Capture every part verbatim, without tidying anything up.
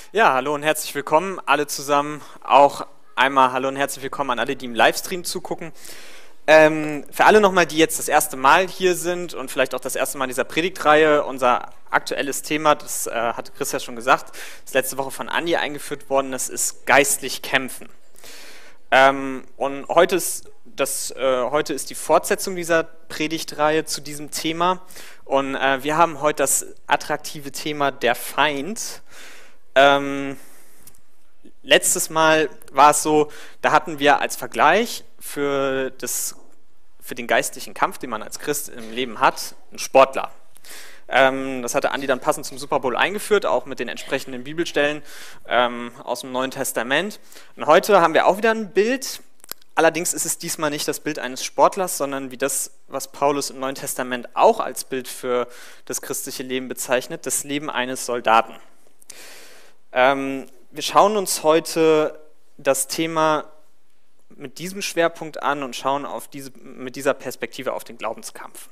Ja, hallo und herzlich willkommen alle zusammen. Auch einmal hallo und herzlich willkommen an alle, die im Livestream zugucken. Ähm, für alle nochmal, die jetzt das erste Mal hier sind und vielleicht auch das erste Mal in dieser Predigtreihe, unser aktuelles Thema, das äh, hatte Chris ja schon gesagt, ist letzte Woche von Andi eingeführt worden, das ist geistlich kämpfen. Ähm, und heute ist, das, äh, heute ist die Fortsetzung dieser Predigtreihe zu diesem Thema und äh, wir haben heute das attraktive Thema der Feind. Ähm, letztes Mal war es so, da hatten wir als Vergleich für, das, für den geistlichen Kampf, den man als Christ im Leben hat, einen Sportler. Ähm, das hatte Andi dann passend zum Super Bowl eingeführt, auch mit den entsprechenden Bibelstellen ähm, aus dem Neuen Testament. Und heute haben wir auch wieder ein Bild, allerdings ist es diesmal nicht das Bild eines Sportlers, sondern wie das, was Paulus im Neuen Testament auch als Bild für das christliche Leben bezeichnet, das Leben eines Soldaten. Ähm, wir schauen uns heute das Thema mit diesem Schwerpunkt an und schauen auf diese, mit dieser Perspektive auf den Glaubenskampf.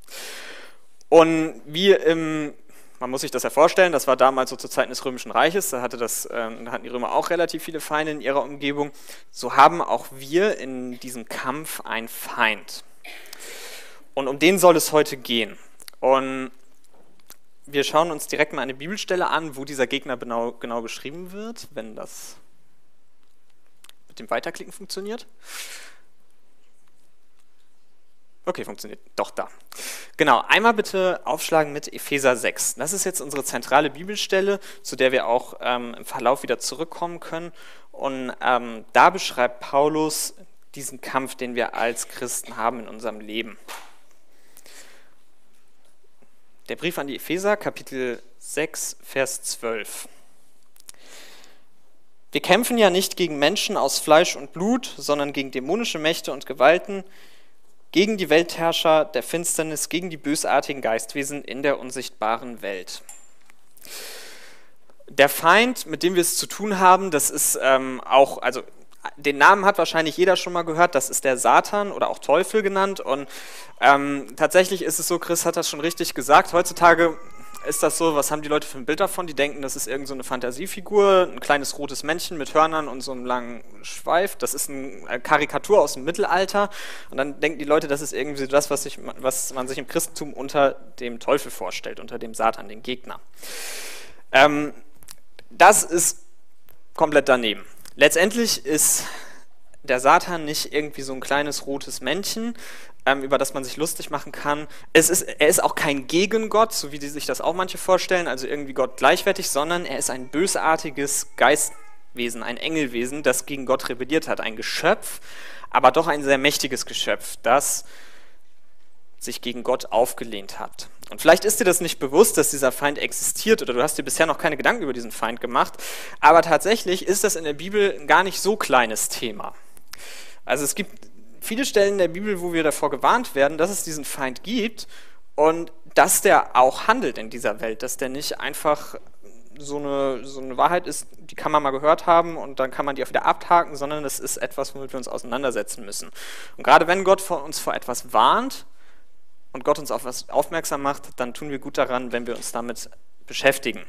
Und wie im, man muss sich das ja vorstellen, das war damals so zu Zeiten des Römischen Reiches, da, hatte das, äh, da hatten die Römer auch relativ viele Feinde in ihrer Umgebung, so haben auch wir in diesem Kampf einen Feind. Und um den soll es heute gehen. Und wir schauen uns direkt mal eine Bibelstelle an, wo dieser Gegner genau, genau beschrieben wird, wenn das mit dem Weiterklicken funktioniert. Okay, funktioniert. Doch, da. Genau, einmal bitte aufschlagen mit Epheser sechs. Das ist jetzt unsere zentrale Bibelstelle, zu der wir auch ähm, im Verlauf wieder zurückkommen können. Und ähm, da beschreibt Paulus diesen Kampf, den wir als Christen haben in unserem Leben. Der Brief an die Epheser, Kapitel sechs, Vers zwölf. Wir kämpfen ja nicht gegen Menschen aus Fleisch und Blut, sondern gegen dämonische Mächte und Gewalten, gegen die Weltherrscher der Finsternis, gegen die bösartigen Geistwesen in der unsichtbaren Welt. Der Feind, mit dem wir es zu tun haben, das ist ähm, auch, also den Namen hat wahrscheinlich jeder schon mal gehört, das ist der Satan oder auch Teufel genannt. Und ähm, tatsächlich ist es so, Chris hat das schon richtig gesagt, heutzutage ist das so, was haben die Leute für ein Bild davon? Die denken, das ist irgend so eine Fantasiefigur, ein kleines rotes Männchen mit Hörnern und so einem langen Schweif. Das ist eine Karikatur aus dem Mittelalter. Und dann denken die Leute, das ist irgendwie das, was, sich, was man sich im Christentum unter dem Teufel vorstellt, unter dem Satan, den Gegner. Ähm, das ist komplett daneben. Letztendlich ist der Satan nicht irgendwie so ein kleines rotes Männchen, ähm, über das man sich lustig machen kann. Es ist, er ist auch kein Gegengott, so wie die sich das auch manche vorstellen, also irgendwie Gott gleichwertig, sondern er ist ein bösartiges Geistwesen, ein Engelwesen, das gegen Gott rebelliert hat. Ein Geschöpf, aber doch ein sehr mächtiges Geschöpf, das sich gegen Gott aufgelehnt hat. Und vielleicht ist dir das nicht bewusst, dass dieser Feind existiert oder du hast dir bisher noch keine Gedanken über diesen Feind gemacht, aber tatsächlich ist das in der Bibel ein gar nicht so kleines Thema. Also es gibt viele Stellen in der Bibel, wo wir davor gewarnt werden, dass es diesen Feind gibt und dass der auch handelt in dieser Welt, dass der nicht einfach so eine, so eine Wahrheit ist, die kann man mal gehört haben und dann kann man die auch wieder abhaken, sondern es ist etwas, womit wir uns auseinandersetzen müssen. Und gerade wenn Gott vor uns vor etwas warnt, und Gott uns auf was aufmerksam macht, dann tun wir gut daran, wenn wir uns damit beschäftigen,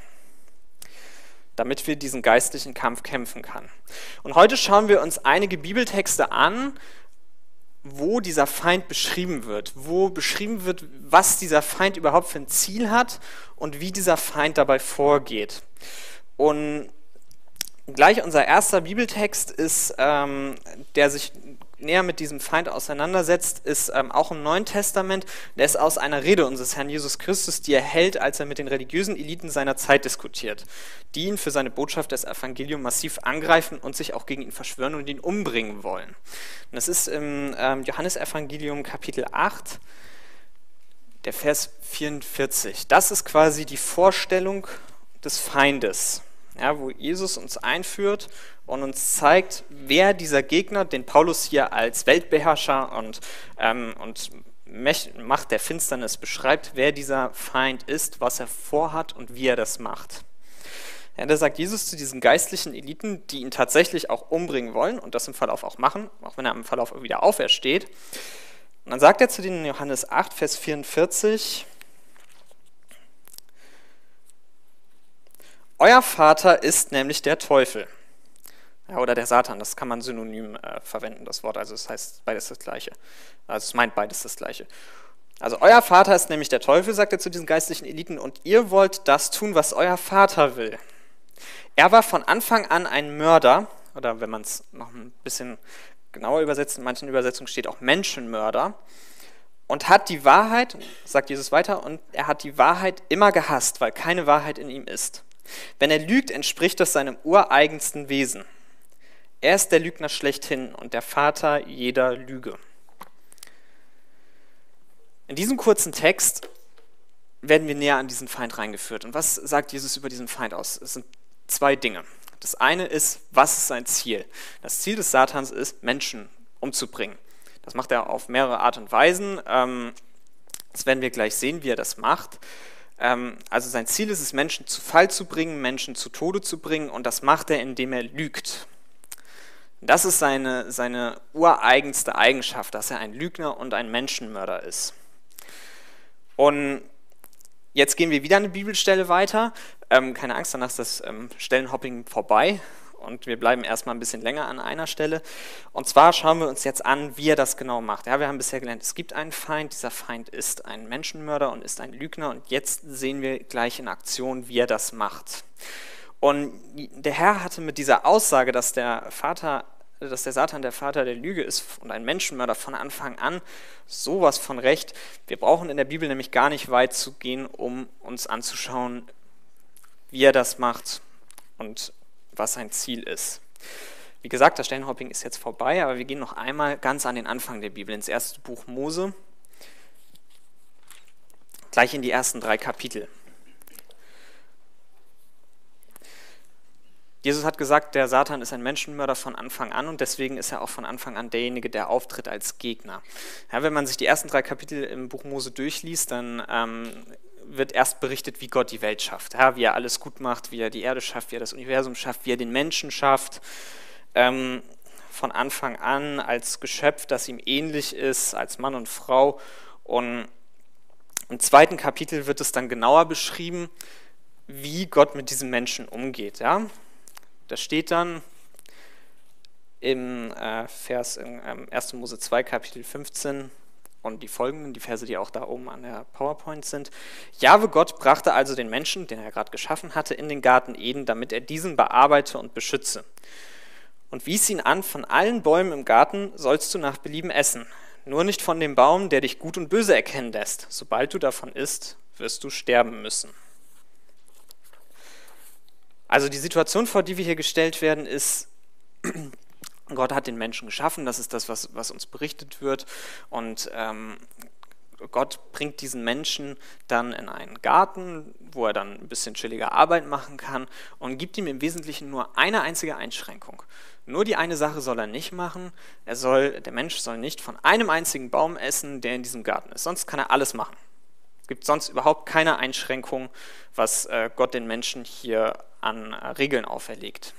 damit wir diesen geistlichen Kampf kämpfen können. Und heute schauen wir uns einige Bibeltexte an, wo dieser Feind beschrieben wird, wo beschrieben wird, was dieser Feind überhaupt für ein Ziel hat und wie dieser Feind dabei vorgeht. Und gleich unser erster Bibeltext ist, ähm, der sich näher mit diesem Feind auseinandersetzt, ist ähm, auch im Neuen Testament. Der ist aus einer Rede unseres Herrn Jesus Christus, die er hält, als er mit den religiösen Eliten seiner Zeit diskutiert, die ihn für seine Botschaft des Evangeliums massiv angreifen und sich auch gegen ihn verschwören und ihn umbringen wollen. Und das ist im ähm, Johannesevangelium Kapitel acht, der Vers vierundvierzig. Das ist quasi die Vorstellung des Feindes, ja, wo Jesus uns einführt und uns zeigt, wer dieser Gegner, den Paulus hier als Weltbeherrscher und, ähm, und Macht der Finsternis beschreibt, wer dieser Feind ist, was er vorhat und wie er das macht. Ja, da sagt Jesus zu diesen geistlichen Eliten, die ihn tatsächlich auch umbringen wollen und das im Verlauf auch machen, auch wenn er im Verlauf wieder aufersteht. Und dann sagt er zu denen in Johannes acht, Vers vierundvierzig, Euer Vater ist nämlich der Teufel. Ja, oder der Satan, das kann man synonym äh, verwenden, das Wort. Also es heißt beides das Gleiche. Also es meint beides das Gleiche. Also euer Vater ist nämlich der Teufel, sagt er zu diesen geistlichen Eliten, und ihr wollt das tun, was euer Vater will. Er war von Anfang an ein Mörder, oder wenn man es noch ein bisschen genauer übersetzt, in manchen Übersetzungen steht auch Menschenmörder, und hat die Wahrheit, sagt Jesus weiter, und er hat die Wahrheit immer gehasst, weil keine Wahrheit in ihm ist. Wenn er lügt, entspricht das seinem ureigensten Wesen. Er ist der Lügner schlechthin und der Vater jeder Lüge. In diesem kurzen Text werden wir näher an diesen Feind reingeführt. Und was sagt Jesus über diesen Feind aus? Es sind zwei Dinge. Das eine ist, was ist sein Ziel? Das Ziel des Satans ist, Menschen umzubringen. Das macht er auf mehrere Art und Weisen. Das werden wir gleich sehen, wie er das macht. Also sein Ziel ist es, Menschen zu Fall zu bringen, Menschen zu Tode zu bringen, und das macht er, indem er lügt. Das ist seine, seine ureigenste Eigenschaft, dass er ein Lügner und ein Menschenmörder ist. Und jetzt gehen wir wieder eine Bibelstelle weiter. Ähm, keine Angst, danach ist das ähm, Stellenhopping vorbei und wir bleiben erstmal ein bisschen länger an einer Stelle. Und zwar schauen wir uns jetzt an, wie er das genau macht. Ja, wir haben bisher gelernt, es gibt einen Feind, dieser Feind ist ein Menschenmörder und ist ein Lügner, und jetzt sehen wir gleich in Aktion, wie er das macht. Und der Herr hatte mit dieser Aussage, dass der Vater dass der Satan der Vater der Lüge ist und ein Menschenmörder von Anfang an, sowas von recht. Wir brauchen in der Bibel nämlich gar nicht weit zu gehen, um uns anzuschauen, wie er das macht und was sein Ziel ist. Wie gesagt, das Stellenhopping ist jetzt vorbei, aber wir gehen noch einmal ganz an den Anfang der Bibel, ins erste Buch Mose, gleich in die ersten drei Kapitel. Jesus hat gesagt, der Satan ist ein Menschenmörder von Anfang an, und deswegen ist er auch von Anfang an derjenige, der auftritt als Gegner. Ja, wenn man sich die ersten drei Kapitel im Buch Mose durchliest, dann ähm, wird erst berichtet, wie Gott die Welt schafft, ja, wie er alles gut macht, wie er die Erde schafft, wie er das Universum schafft, wie er den Menschen schafft, ähm, von Anfang an als Geschöpf, das ihm ähnlich ist, als Mann und Frau. Und im zweiten Kapitel wird es dann genauer beschrieben, wie Gott mit diesem Menschen umgeht, ja. Das steht dann im äh, Vers in ähm, erster Mose zwei, Kapitel fünfzehn und die folgenden, die Verse, die auch da oben an der PowerPoint sind. Jahwe Gott brachte also den Menschen, den er gerade geschaffen hatte, in den Garten Eden, damit er diesen bearbeite und beschütze. Und wies ihn an, von allen Bäumen im Garten sollst du nach Belieben essen, nur nicht von dem Baum, der dich gut und böse erkennen lässt. Sobald du davon isst, wirst du sterben müssen. Also die Situation, vor die wir hier gestellt werden, ist, Gott hat den Menschen geschaffen, das ist das, was, was uns berichtet wird, und ähm, Gott bringt diesen Menschen dann in einen Garten, wo er dann ein bisschen chilliger Arbeit machen kann, und gibt ihm im Wesentlichen nur eine einzige Einschränkung. Nur die eine Sache soll er nicht machen, er soll, der Mensch soll nicht von einem einzigen Baum essen, der in diesem Garten ist, sonst kann er alles machen. Es gibt sonst überhaupt keine Einschränkung, was äh, Gott den Menschen hier an äh, Regeln auferlegt.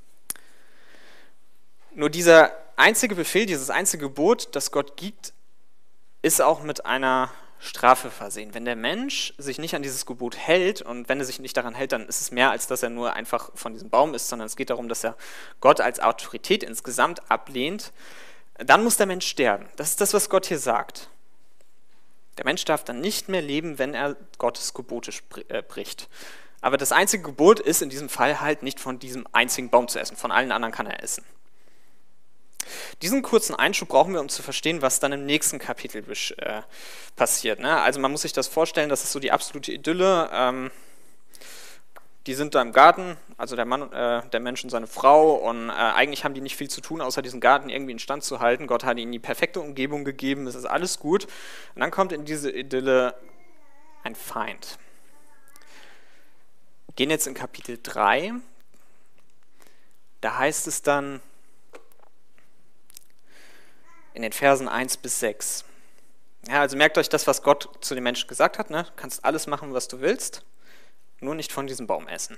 Nur dieser einzige Befehl, dieses einzige Gebot, das Gott gibt, ist auch mit einer Strafe versehen. Wenn der Mensch sich nicht an dieses Gebot hält, und wenn er sich nicht daran hält, dann ist es mehr, als dass er nur einfach von diesem Baum isst, sondern es geht darum, dass er Gott als Autorität insgesamt ablehnt, dann muss der Mensch sterben. Das ist das, was Gott hier sagt. Der Mensch darf dann nicht mehr leben, wenn er Gottes Gebote bricht. Aber das einzige Gebot ist in diesem Fall halt nicht von diesem einzigen Baum zu essen. Von allen anderen kann er essen. Diesen kurzen Einschub brauchen wir, um zu verstehen, was dann im nächsten Kapitel äh, passiert. Ne? Also man muss sich das vorstellen, das ist so die absolute Idylle. Ähm, die sind da im Garten, also der Mann, äh, der Mensch und seine Frau, und äh, eigentlich haben die nicht viel zu tun, außer diesen Garten irgendwie in Stand zu halten. Gott hat ihnen die perfekte Umgebung gegeben, es ist alles gut. Und dann kommt in diese Idylle ein Feind. Wir gehen jetzt in Kapitel drei. Da heißt es dann in den Versen eins bis sechs. Ja, also merkt euch das, was Gott zu den Menschen gesagt hat. Ne? Du kannst alles machen, was du willst, nur nicht von diesem Baum essen.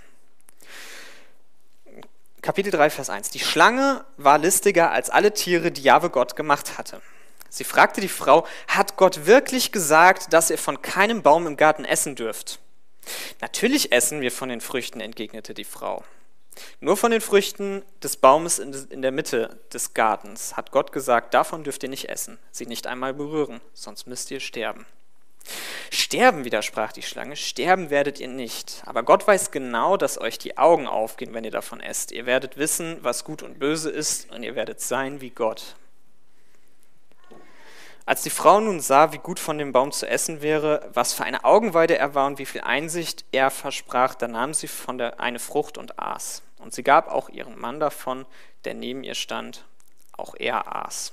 Kapitel drei, Vers eins. Die Schlange war listiger als alle Tiere, die Jahwe Gott gemacht hatte. Sie fragte die Frau, hat Gott wirklich gesagt, dass ihr von keinem Baum im Garten essen dürft? Natürlich essen wir von den Früchten, entgegnete die Frau. Nur von den Früchten des Baumes in der Mitte des Gartens hat Gott gesagt, davon dürft ihr nicht essen, sie nicht einmal berühren, sonst müsst ihr sterben. Sterben, widersprach die Schlange, sterben werdet ihr nicht. Aber Gott weiß genau, dass euch die Augen aufgehen, wenn ihr davon esst. Ihr werdet wissen, was gut und böse ist, und ihr werdet sein wie Gott. Als die Frau nun sah, wie gut von dem Baum zu essen wäre, was für eine Augenweide er war und wie viel Einsicht er versprach, da nahm sie von der eine Frucht und aß. Und sie gab auch ihrem Mann davon, der neben ihr stand, auch er aß.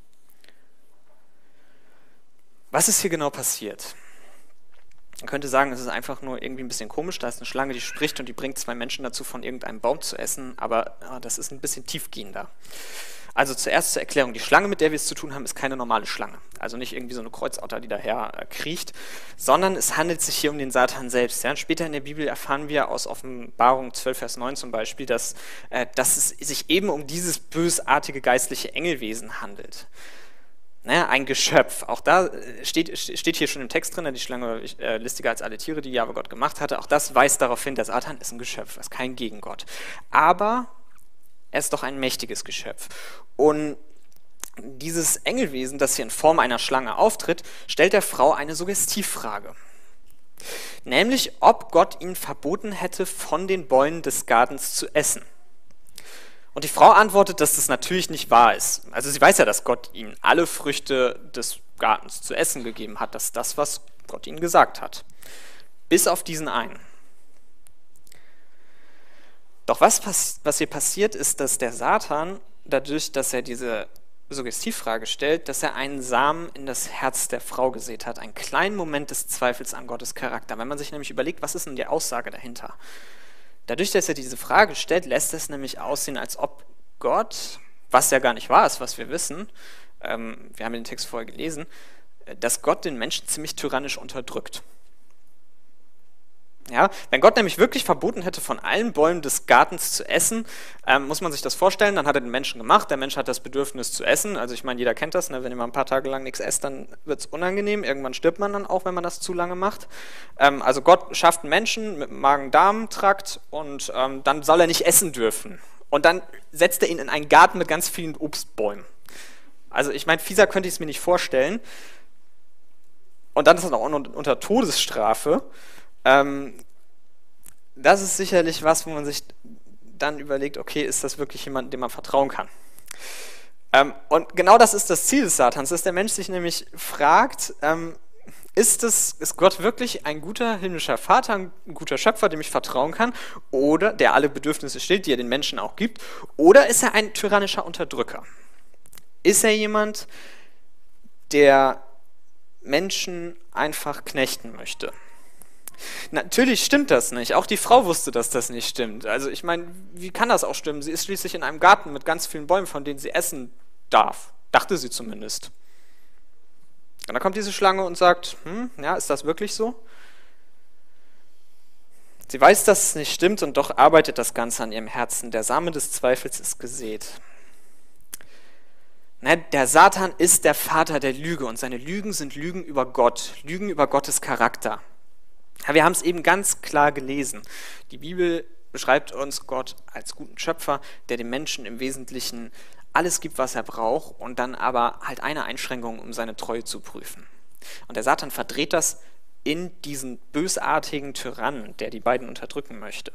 Was ist hier genau passiert? Man könnte sagen, es ist einfach nur irgendwie ein bisschen komisch, da ist eine Schlange, die spricht und die bringt zwei Menschen dazu, von irgendeinem Baum zu essen, aber ja, das ist ein bisschen tiefgehender. Also zuerst zur Erklärung, die Schlange, mit der wir es zu tun haben, ist keine normale Schlange. Also nicht irgendwie so eine Kreuzotter, die daher äh, kriecht, sondern es handelt sich hier um den Satan selbst. Ja? Später in der Bibel erfahren wir aus Offenbarung zwölf, Vers neun zum Beispiel, dass, äh, dass es sich eben um dieses bösartige geistliche Engelwesen handelt. Naja, ein Geschöpf. Auch da steht, steht hier schon im Text drin, die Schlange äh, listiger als alle Tiere, die Jahwe Gott gemacht hatte. Auch das weist darauf hin, der Satan ist ein Geschöpf, er ist kein Gegengott. Aber er ist doch ein mächtiges Geschöpf. Und dieses Engelwesen, das hier in Form einer Schlange auftritt, stellt der Frau eine Suggestivfrage. Nämlich, ob Gott ihnen verboten hätte, von den Bäumen des Gartens zu essen. Und die Frau antwortet, dass das natürlich nicht wahr ist. Also sie weiß ja, dass Gott ihnen alle Früchte des Gartens zu essen gegeben hat. Das ist das, was Gott ihnen gesagt hat. Bis auf diesen einen. Doch was, was hier passiert, ist, dass der Satan, dadurch, dass er diese Suggestivfrage stellt, dass er einen Samen in das Herz der Frau gesät hat. Einen kleinen Moment des Zweifels an Gottes Charakter. Wenn man sich nämlich überlegt, was ist denn die Aussage dahinter? Dadurch, dass er diese Frage stellt, lässt es nämlich aussehen, als ob Gott, was ja gar nicht wahr ist, was wir wissen, ähm, wir haben den Text vorher gelesen, dass Gott den Menschen ziemlich tyrannisch unterdrückt. Ja, wenn Gott nämlich wirklich verboten hätte, von allen Bäumen des Gartens zu essen, ähm, muss man sich das vorstellen, dann hat er den Menschen gemacht, der Mensch hat das Bedürfnis zu essen, also ich meine, jeder kennt das, ne? Wenn ihr mal ein paar Tage lang nichts esst, dann wird es unangenehm, irgendwann stirbt man dann auch, wenn man das zu lange macht. Ähm, also Gott schafft einen Menschen mit einem Magen-Darm-Trakt und ähm, dann soll er nicht essen dürfen. Und dann setzt er ihn in einen Garten mit ganz vielen Obstbäumen. Also ich meine, fieser könnte ich es mir nicht vorstellen. Und dann ist er auch unter Todesstrafe. Ähm, das ist sicherlich was, wo man sich dann überlegt, okay, ist das wirklich jemand, dem man vertrauen kann? Ähm, und genau das ist das Ziel des Satans, dass der Mensch sich nämlich fragt, ähm, ist, es, ist Gott wirklich ein guter himmlischer Vater, ein guter Schöpfer, dem ich vertrauen kann, oder der alle Bedürfnisse stillt, die er den Menschen auch gibt, oder ist er ein tyrannischer Unterdrücker? Ist er jemand, der Menschen einfach knechten möchte? Natürlich stimmt das nicht. Auch die Frau wusste, dass das nicht stimmt. Also ich meine, wie kann das auch stimmen? Sie ist schließlich in einem Garten mit ganz vielen Bäumen, von denen sie essen darf. Dachte sie zumindest. Und dann kommt diese Schlange und sagt, hm, ja, ist das wirklich so? Sie weiß, dass es nicht stimmt und doch arbeitet das Ganze an ihrem Herzen. Der Same des Zweifels ist gesät. Ne, der Satan ist der Vater der Lüge und seine Lügen sind Lügen über Gott, Lügen über Gottes Charakter. Ja, wir haben es eben ganz klar gelesen. Die Bibel beschreibt uns Gott als guten Schöpfer, der dem Menschen im Wesentlichen alles gibt, was er braucht, und dann aber halt eine Einschränkung, um seine Treue zu prüfen. Und der Satan verdreht das in diesen bösartigen Tyrannen, der die beiden unterdrücken möchte.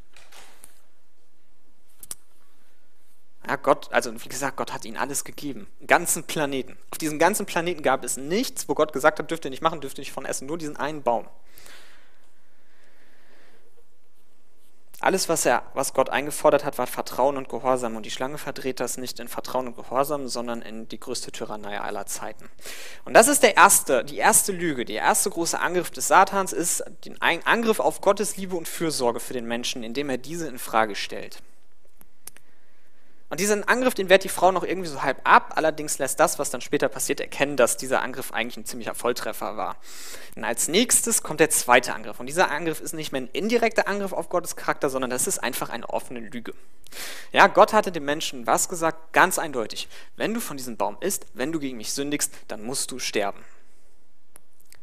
Ja, Gott, also wie gesagt, Gott hat ihnen alles gegeben, einen ganzen Planeten. Auf diesem ganzen Planeten gab es nichts, wo Gott gesagt hat, dürft ihr nicht machen, dürft ihr nicht von essen, nur diesen einen Baum. Alles, was, er, was Gott eingefordert hat, war Vertrauen und Gehorsam. Und die Schlange verdreht das nicht in Vertrauen und Gehorsam, sondern in die größte Tyrannei aller Zeiten. Und das ist der erste, die erste Lüge, der erste große Angriff des Satans ist ein Angriff auf Gottes Liebe und Fürsorge für den Menschen, indem er diese in Frage stellt. Und diesen Angriff, den wehrt die Frau noch irgendwie so halb ab, allerdings lässt das, was dann später passiert, erkennen, dass dieser Angriff eigentlich ein ziemlicher Volltreffer war. Und als nächstes kommt der zweite Angriff. Und dieser Angriff ist nicht mehr ein indirekter Angriff auf Gottes Charakter, sondern das ist einfach eine offene Lüge. Ja, Gott hatte dem Menschen was gesagt? Ganz eindeutig. Wenn du von diesem Baum isst, wenn du gegen mich sündigst, dann musst du sterben.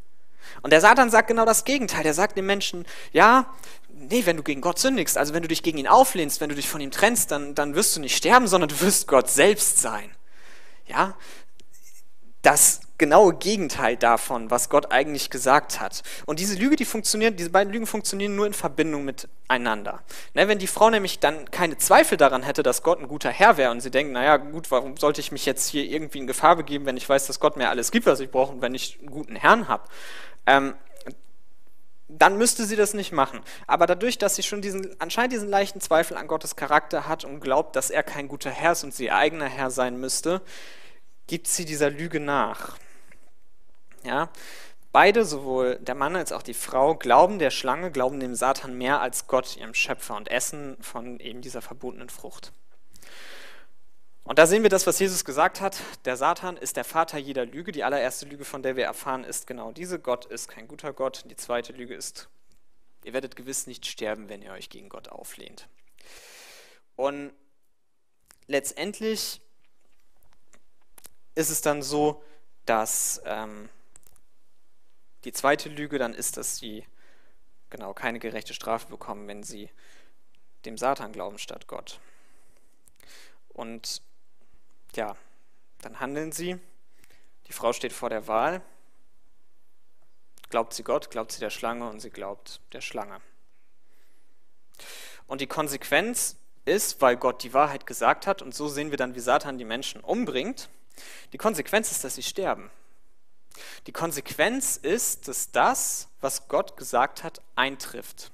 Und der Satan sagt genau das Gegenteil. Der sagt dem Menschen, ja, nee, wenn du gegen Gott sündigst, also wenn du dich gegen ihn auflehnst, wenn du dich von ihm trennst, dann, dann wirst du nicht sterben, sondern du wirst Gott selbst sein. Ja, das genaue Gegenteil davon, was Gott eigentlich gesagt hat. Und diese Lüge, die funktioniert, diese beiden Lügen funktionieren nur in Verbindung miteinander. Ne, wenn die Frau nämlich dann keine Zweifel daran hätte, dass Gott ein guter Herr wäre und sie denkt, naja gut, warum sollte ich mich jetzt hier irgendwie in Gefahr begeben, wenn ich weiß, dass Gott mir alles gibt, was ich brauche und wenn ich einen guten Herrn habe, ähm, dann müsste sie das nicht machen. Aber dadurch, dass sie schon diesen, anscheinend diesen leichten Zweifel an Gottes Charakter hat und glaubt, dass er kein guter Herr ist und sie ihr eigener Herr sein müsste, gibt sie dieser Lüge nach. Ja? Beide, sowohl der Mann als auch die Frau, glauben der Schlange, glauben dem Satan mehr als Gott, ihrem Schöpfer, und essen von eben dieser verbotenen Frucht. Und da sehen wir das, was Jesus gesagt hat. Der Satan ist der Vater jeder Lüge. Die allererste Lüge, von der wir erfahren, ist genau diese: Gott ist kein guter Gott. Die zweite Lüge ist: ihr werdet gewiss nicht sterben, wenn ihr euch gegen Gott auflehnt. Und letztendlich ist es dann so, dass ähm, die zweite Lüge dann ist, dass sie genau keine gerechte Strafe bekommen, wenn sie dem Satan glauben statt Gott. Und ja, dann handeln sie. Die Frau steht vor der Wahl. Glaubt sie Gott, glaubt sie der Schlange, und sie glaubt der Schlange. Und die Konsequenz ist, weil Gott die Wahrheit gesagt hat, und so sehen wir dann, wie Satan die Menschen umbringt, die Konsequenz ist, dass sie sterben. Die Konsequenz ist, dass das, was Gott gesagt hat, eintrifft.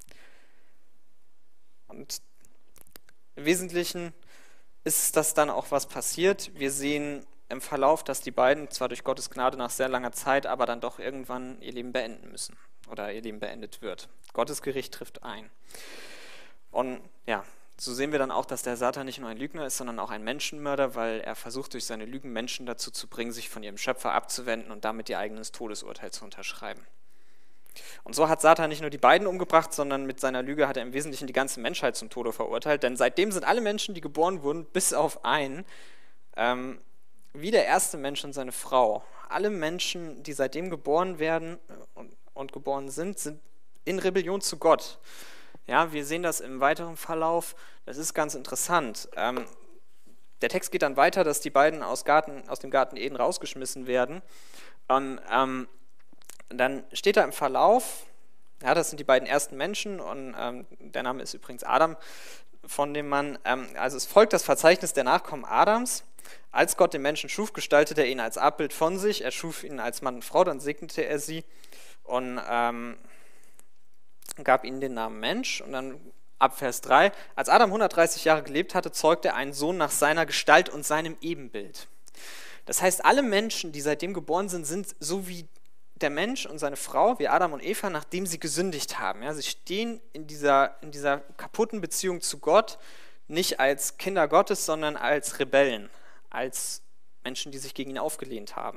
Und im Wesentlichen ist das dann auch, was passiert. Wir sehen im Verlauf, dass die beiden zwar durch Gottes Gnade nach sehr langer Zeit, aber dann doch irgendwann ihr Leben beenden müssen oder ihr Leben beendet wird. Gottes Gericht trifft ein. Und ja, so sehen wir dann auch, dass der Satan nicht nur ein Lügner ist, sondern auch ein Menschenmörder, weil er versucht, durch seine Lügen Menschen dazu zu bringen, sich von ihrem Schöpfer abzuwenden und damit ihr eigenes Todesurteil zu unterschreiben. Und so hat Satan nicht nur die beiden umgebracht, sondern mit seiner Lüge hat er im Wesentlichen die ganze Menschheit zum Tode verurteilt, denn seitdem sind alle Menschen, die geboren wurden, bis auf einen, ähm, wie der erste Mensch und seine Frau. Alle Menschen, die seitdem geboren werden und, und geboren sind, sind in Rebellion zu Gott. Ja, wir sehen das im weiteren Verlauf. Das ist ganz interessant. Ähm, der Text geht dann weiter, dass die beiden aus, Garten, aus dem Garten Eden rausgeschmissen werden. Und ähm, dann steht da im Verlauf, ja, das sind die beiden ersten Menschen, und ähm, der Name ist übrigens Adam von dem Mann. Ähm, also es folgt das Verzeichnis der Nachkommen Adams. Als Gott den Menschen schuf, gestaltete er ihn als Abbild von sich. Er schuf ihn als Mann und Frau, dann segnete er sie und ähm, gab ihnen den Namen Mensch. Und dann ab Vers drei, als Adam hundertdreißig Jahre gelebt hatte, zeugte er einen Sohn nach seiner Gestalt und seinem Ebenbild. Das heißt, alle Menschen, die seitdem geboren sind, sind so wie der Mensch und seine Frau, wie Adam und Eva, nachdem sie gesündigt haben. Ja, sie stehen in dieser, in dieser kaputten Beziehung zu Gott nicht als Kinder Gottes, sondern als Rebellen, als Menschen, die sich gegen ihn aufgelehnt haben.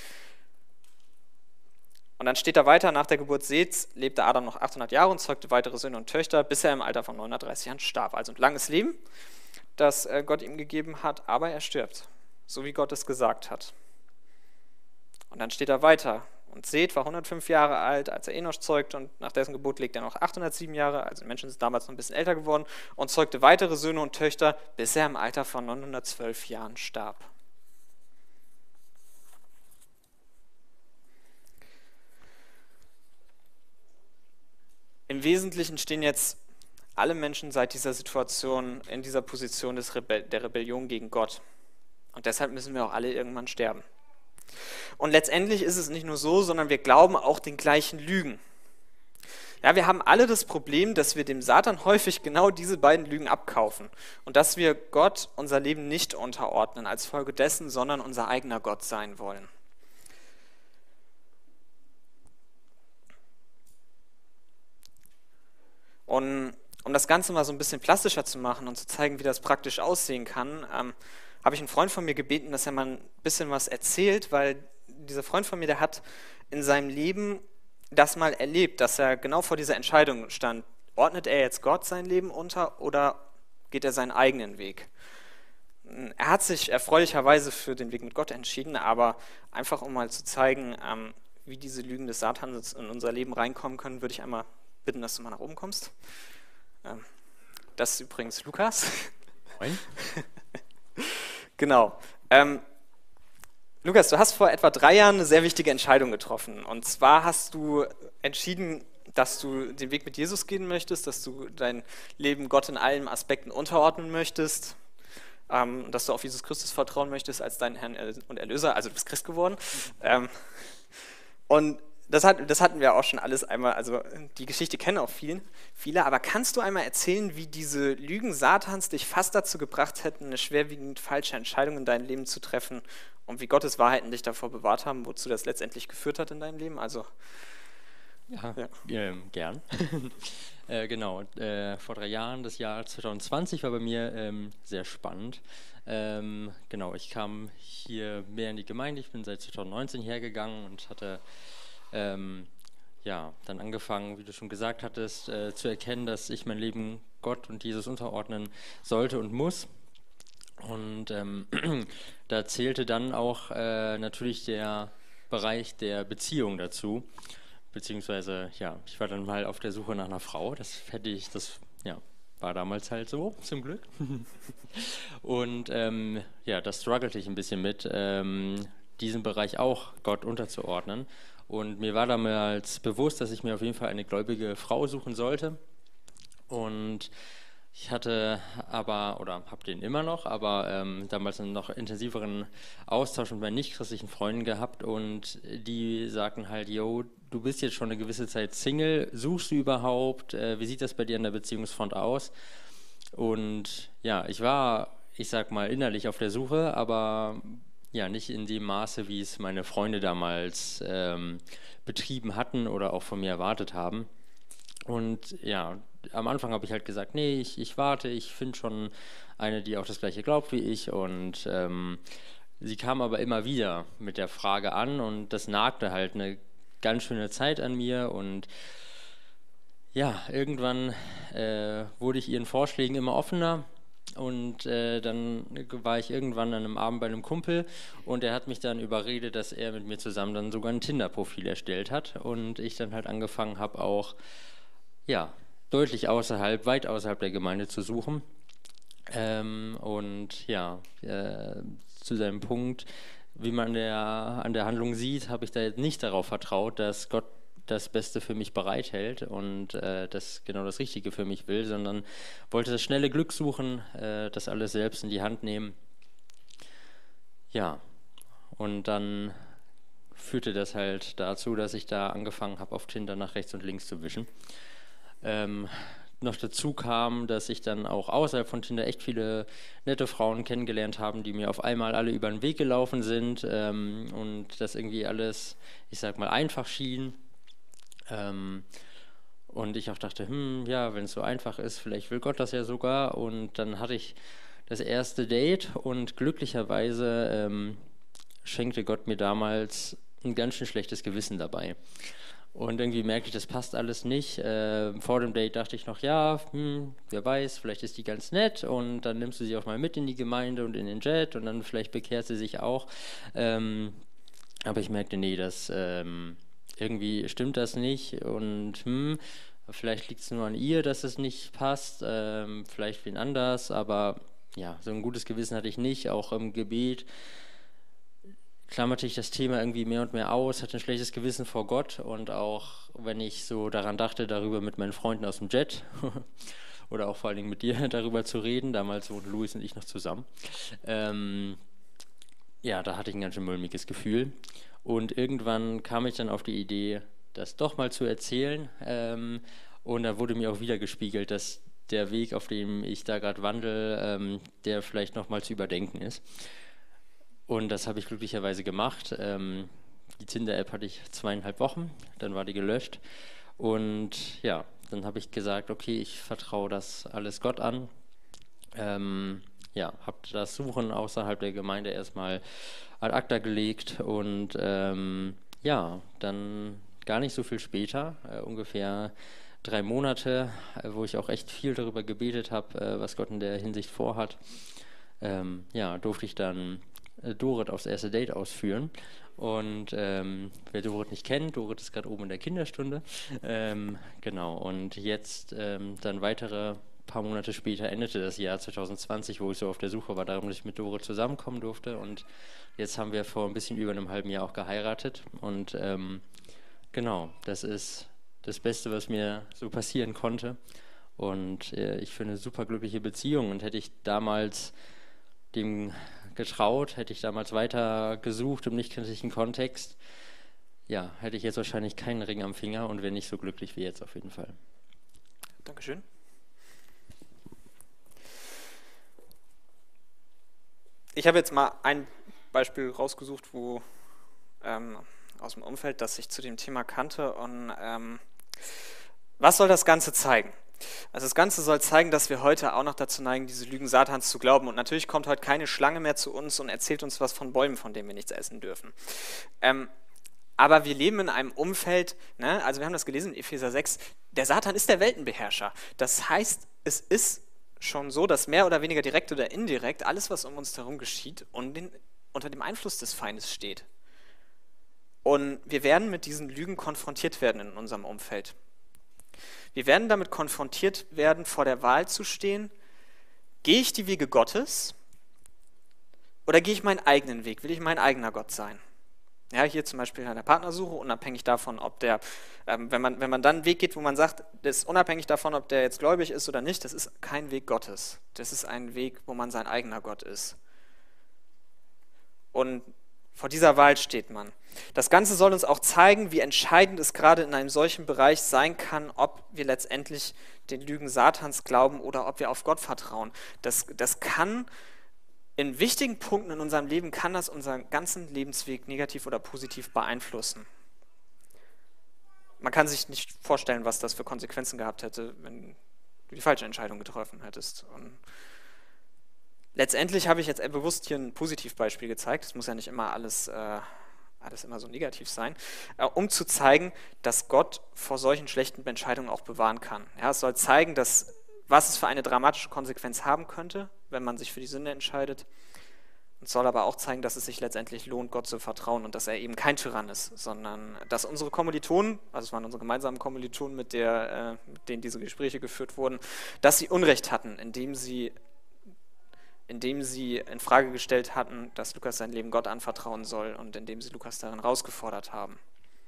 Und dann steht da weiter, nach der Geburt Seths lebte Adam noch achthundert Jahre und zeugte weitere Söhne und Töchter, bis er im Alter von neunhundertdreißig Jahren starb. Also ein langes Leben, das Gott ihm gegeben hat, aber er stirbt, so wie Gott es gesagt hat. Und dann steht da weiter, und Seth war hundertfünf Jahre alt, als er Enosch zeugte, und nach dessen Geburt lebte er noch achthundertsieben Jahre, also die Menschen sind damals noch ein bisschen älter geworden, und zeugte weitere Söhne und Töchter, bis er im Alter von neunhundertzwölf Jahren starb. Im Wesentlichen stehen jetzt alle Menschen seit dieser Situation in dieser Position des Rebell- der Rebellion gegen Gott. Und deshalb müssen wir auch alle irgendwann sterben. Und letztendlich ist es nicht nur so, sondern wir glauben auch den gleichen Lügen. Ja, wir haben alle das Problem, dass wir dem Satan häufig genau diese beiden Lügen abkaufen und dass wir Gott unser Leben nicht unterordnen als Folge dessen, sondern unser eigener Gott sein wollen. Und um das Ganze mal so ein bisschen plastischer zu machen und zu zeigen, wie das praktisch aussehen kann, ähm, habe ich einen Freund von mir gebeten, dass er mal ein bisschen was erzählt, weil dieser Freund von mir, der hat in seinem Leben das mal erlebt, dass er genau vor dieser Entscheidung stand. Ordnet er jetzt Gott sein Leben unter oder geht er seinen eigenen Weg? Er hat sich erfreulicherweise für den Weg mit Gott entschieden, aber einfach um mal zu zeigen, ähm, wie diese Lügen des Satans in unser Leben reinkommen können, würde ich einmal bitten, dass du mal nach oben kommst. Ähm, das ist übrigens Lukas. Moin. Genau. Ähm, Lukas, du hast vor etwa drei Jahren eine sehr wichtige Entscheidung getroffen. Und zwar hast du entschieden, dass du den Weg mit Jesus gehen möchtest, dass du dein Leben Gott in allen Aspekten unterordnen möchtest, ähm, dass du auf Jesus Christus vertrauen möchtest als deinen Herrn und Erlöser. Also du bist Christ geworden. Ähm, und das, hat, das hatten wir auch schon alles einmal, also die Geschichte kennen auch vielen, viele, aber kannst du einmal erzählen, wie diese Lügen Satans dich fast dazu gebracht hätten, eine schwerwiegend falsche Entscheidung in deinem Leben zu treffen und wie Gottes Wahrheiten dich davor bewahrt haben, wozu das letztendlich geführt hat in deinem Leben? Also, Ja, ja. ähm, gern. äh, genau, äh, vor drei Jahren, das Jahr zwanzig zwanzig war bei mir ähm, sehr spannend. Ähm, genau, ich kam hier mehr in die Gemeinde, ich bin seit zwanzig neunzehn hergegangen und hatte ähm, ja, dann angefangen, wie du schon gesagt hattest, äh, zu erkennen, dass ich mein Leben Gott und Jesus unterordnen sollte und muss. Und ähm, da zählte dann auch äh, natürlich der Bereich der Beziehung dazu. Beziehungsweise, ja, ich war dann mal auf der Suche nach einer Frau. Das hätte ich, das, ja, war damals halt so, zum Glück. Und ähm, ja, da struggelte ich ein bisschen mit, ähm, diesen Bereich auch Gott unterzuordnen. Und mir war damals bewusst, dass ich mir auf jeden Fall eine gläubige Frau suchen sollte. Und ich hatte aber, oder habe den immer noch, aber ähm, damals einen noch intensiveren Austausch mit meinen nichtchristlichen Freunden gehabt und die sagten halt, yo, du bist jetzt schon eine gewisse Zeit Single, suchst du überhaupt, äh, wie sieht das bei dir an der Beziehungsfront aus? Und ja, ich war, ich sag mal, innerlich auf der Suche, aber ja, nicht in dem Maße, wie es meine Freunde damals ähm, betrieben hatten oder auch von mir erwartet haben. Und ja, am Anfang habe ich halt gesagt, nee, ich, ich warte, ich finde schon eine, die auch das Gleiche glaubt wie ich. Und ähm, sie kam aber immer wieder mit der Frage an und das nagte halt eine ganz schöne Zeit an mir. Und ja, irgendwann äh, wurde ich ihren Vorschlägen immer offener. Und äh, dann war ich irgendwann an einem Abend bei einem Kumpel und er hat mich dann überredet, dass er mit mir zusammen dann sogar ein Tinder-Profil erstellt hat. Und ich dann halt angefangen habe, auch ja, deutlich außerhalb, weit außerhalb der Gemeinde zu suchen. Ähm, und ja, äh, zu seinem Punkt, wie man der, an der Handlung sieht, habe ich da jetzt nicht darauf vertraut, dass Gott das Beste für mich bereithält und äh, das genau das Richtige für mich will, sondern wollte das schnelle Glück suchen, äh, das alles selbst in die Hand nehmen. Ja, und dann führte das halt dazu, dass ich da angefangen habe, auf Tinder nach rechts und links zu wischen. Ähm, noch dazu kam, dass ich dann auch außerhalb von Tinder echt viele nette Frauen kennengelernt habe, die mir auf einmal alle über den Weg gelaufen sind ähm, und das irgendwie alles, ich sag mal, einfach schien. Ähm, und ich auch dachte, hm, ja, wenn es so einfach ist, vielleicht will Gott das ja sogar. Und dann hatte ich das erste Date und glücklicherweise ähm, schenkte Gott mir damals ein ganz schön schlechtes Gewissen dabei. Und irgendwie merkte ich, das passt alles nicht. Äh, vor dem Date dachte ich noch, ja, hm, wer weiß, vielleicht ist die ganz nett und dann nimmst du sie auch mal mit in die Gemeinde und in den Jet und dann vielleicht bekehrt sie sich auch. Ähm, aber ich merkte, nee, das ähm, irgendwie stimmt das nicht und hm, vielleicht liegt es nur an ihr, dass es nicht passt, ähm, vielleicht wen anders, aber ja, so ein gutes Gewissen hatte ich nicht, auch im Gebet klammerte ich das Thema irgendwie mehr und mehr aus, hatte ein schlechtes Gewissen vor Gott und auch wenn ich so daran dachte, darüber mit meinen Freunden aus dem Jet oder auch vor allen Dingen mit dir darüber zu reden, damals wohnten Luis und ich noch zusammen, ähm, ja, da hatte ich ein ganz schön mulmiges Gefühl und irgendwann kam ich dann auf die Idee, das doch mal zu erzählen ähm, und da wurde mir auch wieder gespiegelt, dass der Weg, auf dem ich da gerade wandle, ähm, der vielleicht nochmal zu überdenken ist. Und das habe ich glücklicherweise gemacht. Ähm, die Tinder-App hatte ich zweieinhalb Wochen, dann war die gelöscht. Und ja, dann habe ich gesagt, okay, ich vertraue das alles Gott an. Ähm, ja, habe das Suchen außerhalb der Gemeinde erstmal ad acta gelegt. Und ähm, ja, dann gar nicht so viel später, äh, ungefähr drei Monate, äh, wo ich auch echt viel darüber gebetet habe, äh, was Gott in der Hinsicht vorhat, ähm, ja, durfte ich dann Dorit aufs erste Date ausführen Und ähm, wer Dorit nicht kennt, Dorit ist gerade oben in der Kinderstunde. Ähm, genau, und jetzt ähm, dann weitere paar Monate später endete das Jahr zwanzig zwanzig, wo ich so auf der Suche war, darum, dass ich mit Dorit zusammenkommen durfte. Und jetzt haben wir vor ein bisschen über einem halben Jahr auch geheiratet. Und ähm, genau, das ist das Beste, was mir so passieren konnte. Und äh, ich führe eine super glückliche Beziehung. Und hätte ich damals dem getraut, hätte ich damals weiter gesucht im nicht-christlichen Kontext, ja, hätte ich jetzt wahrscheinlich keinen Ring am Finger und wäre nicht so glücklich wie jetzt auf jeden Fall. Dankeschön. Ich habe jetzt mal ein Beispiel rausgesucht, wo ähm, aus dem Umfeld, das ich zu dem Thema kannte. Und ähm, was soll das Ganze zeigen? Also das Ganze soll zeigen, dass wir heute auch noch dazu neigen, diese Lügen Satans zu glauben. Und natürlich kommt heute keine Schlange mehr zu uns und erzählt uns was von Bäumen, von denen wir nichts essen dürfen. Ähm, aber wir leben in einem Umfeld, ne, also wir haben das gelesen in Epheser sechs, der Satan ist der Weltenbeherrscher. Das heißt, es ist schon so, dass mehr oder weniger direkt oder indirekt alles, was um uns herum geschieht, unter dem Einfluss des Feindes steht. Und wir werden mit diesen Lügen konfrontiert werden in unserem Umfeld. Wir werden damit konfrontiert werden, vor der Wahl zu stehen, gehe ich die Wege Gottes oder gehe ich meinen eigenen Weg, will ich mein eigener Gott sein? Ja, hier zum Beispiel in der Partnersuche, unabhängig davon, ob der, ähm, wenn man, wenn man dann einen Weg geht, wo man sagt, das ist unabhängig davon, ob der jetzt gläubig ist oder nicht, das ist kein Weg Gottes. Das ist ein Weg, wo man sein eigener Gott ist. Und vor dieser Wahl steht man. Das Ganze soll uns auch zeigen, wie entscheidend es gerade in einem solchen Bereich sein kann, ob wir letztendlich den Lügen Satans glauben oder ob wir auf Gott vertrauen. Das, das kann in wichtigen Punkten in unserem Leben, kann das unseren ganzen Lebensweg negativ oder positiv beeinflussen. Man kann sich nicht vorstellen, was das für Konsequenzen gehabt hätte, wenn du die falsche Entscheidung getroffen hättest. Und letztendlich habe ich jetzt bewusst hier ein Positivbeispiel gezeigt. Es muss ja nicht immer alles, äh, alles immer so negativ sein, äh, um zu zeigen, dass Gott vor solchen schlechten Entscheidungen auch bewahren kann. Ja, es soll zeigen, dass, was es für eine dramatische Konsequenz haben könnte, wenn man sich für die Sünde entscheidet. Es soll aber auch zeigen, dass es sich letztendlich lohnt, Gott zu vertrauen und dass er eben kein Tyrann ist, sondern dass unsere Kommilitonen, also es waren unsere gemeinsamen Kommilitonen, mit, der, äh, mit denen diese Gespräche geführt wurden, dass sie Unrecht hatten, indem sie indem sie in Frage gestellt hatten, dass Lukas sein Leben Gott anvertrauen soll und indem sie Lukas darin herausgefordert haben.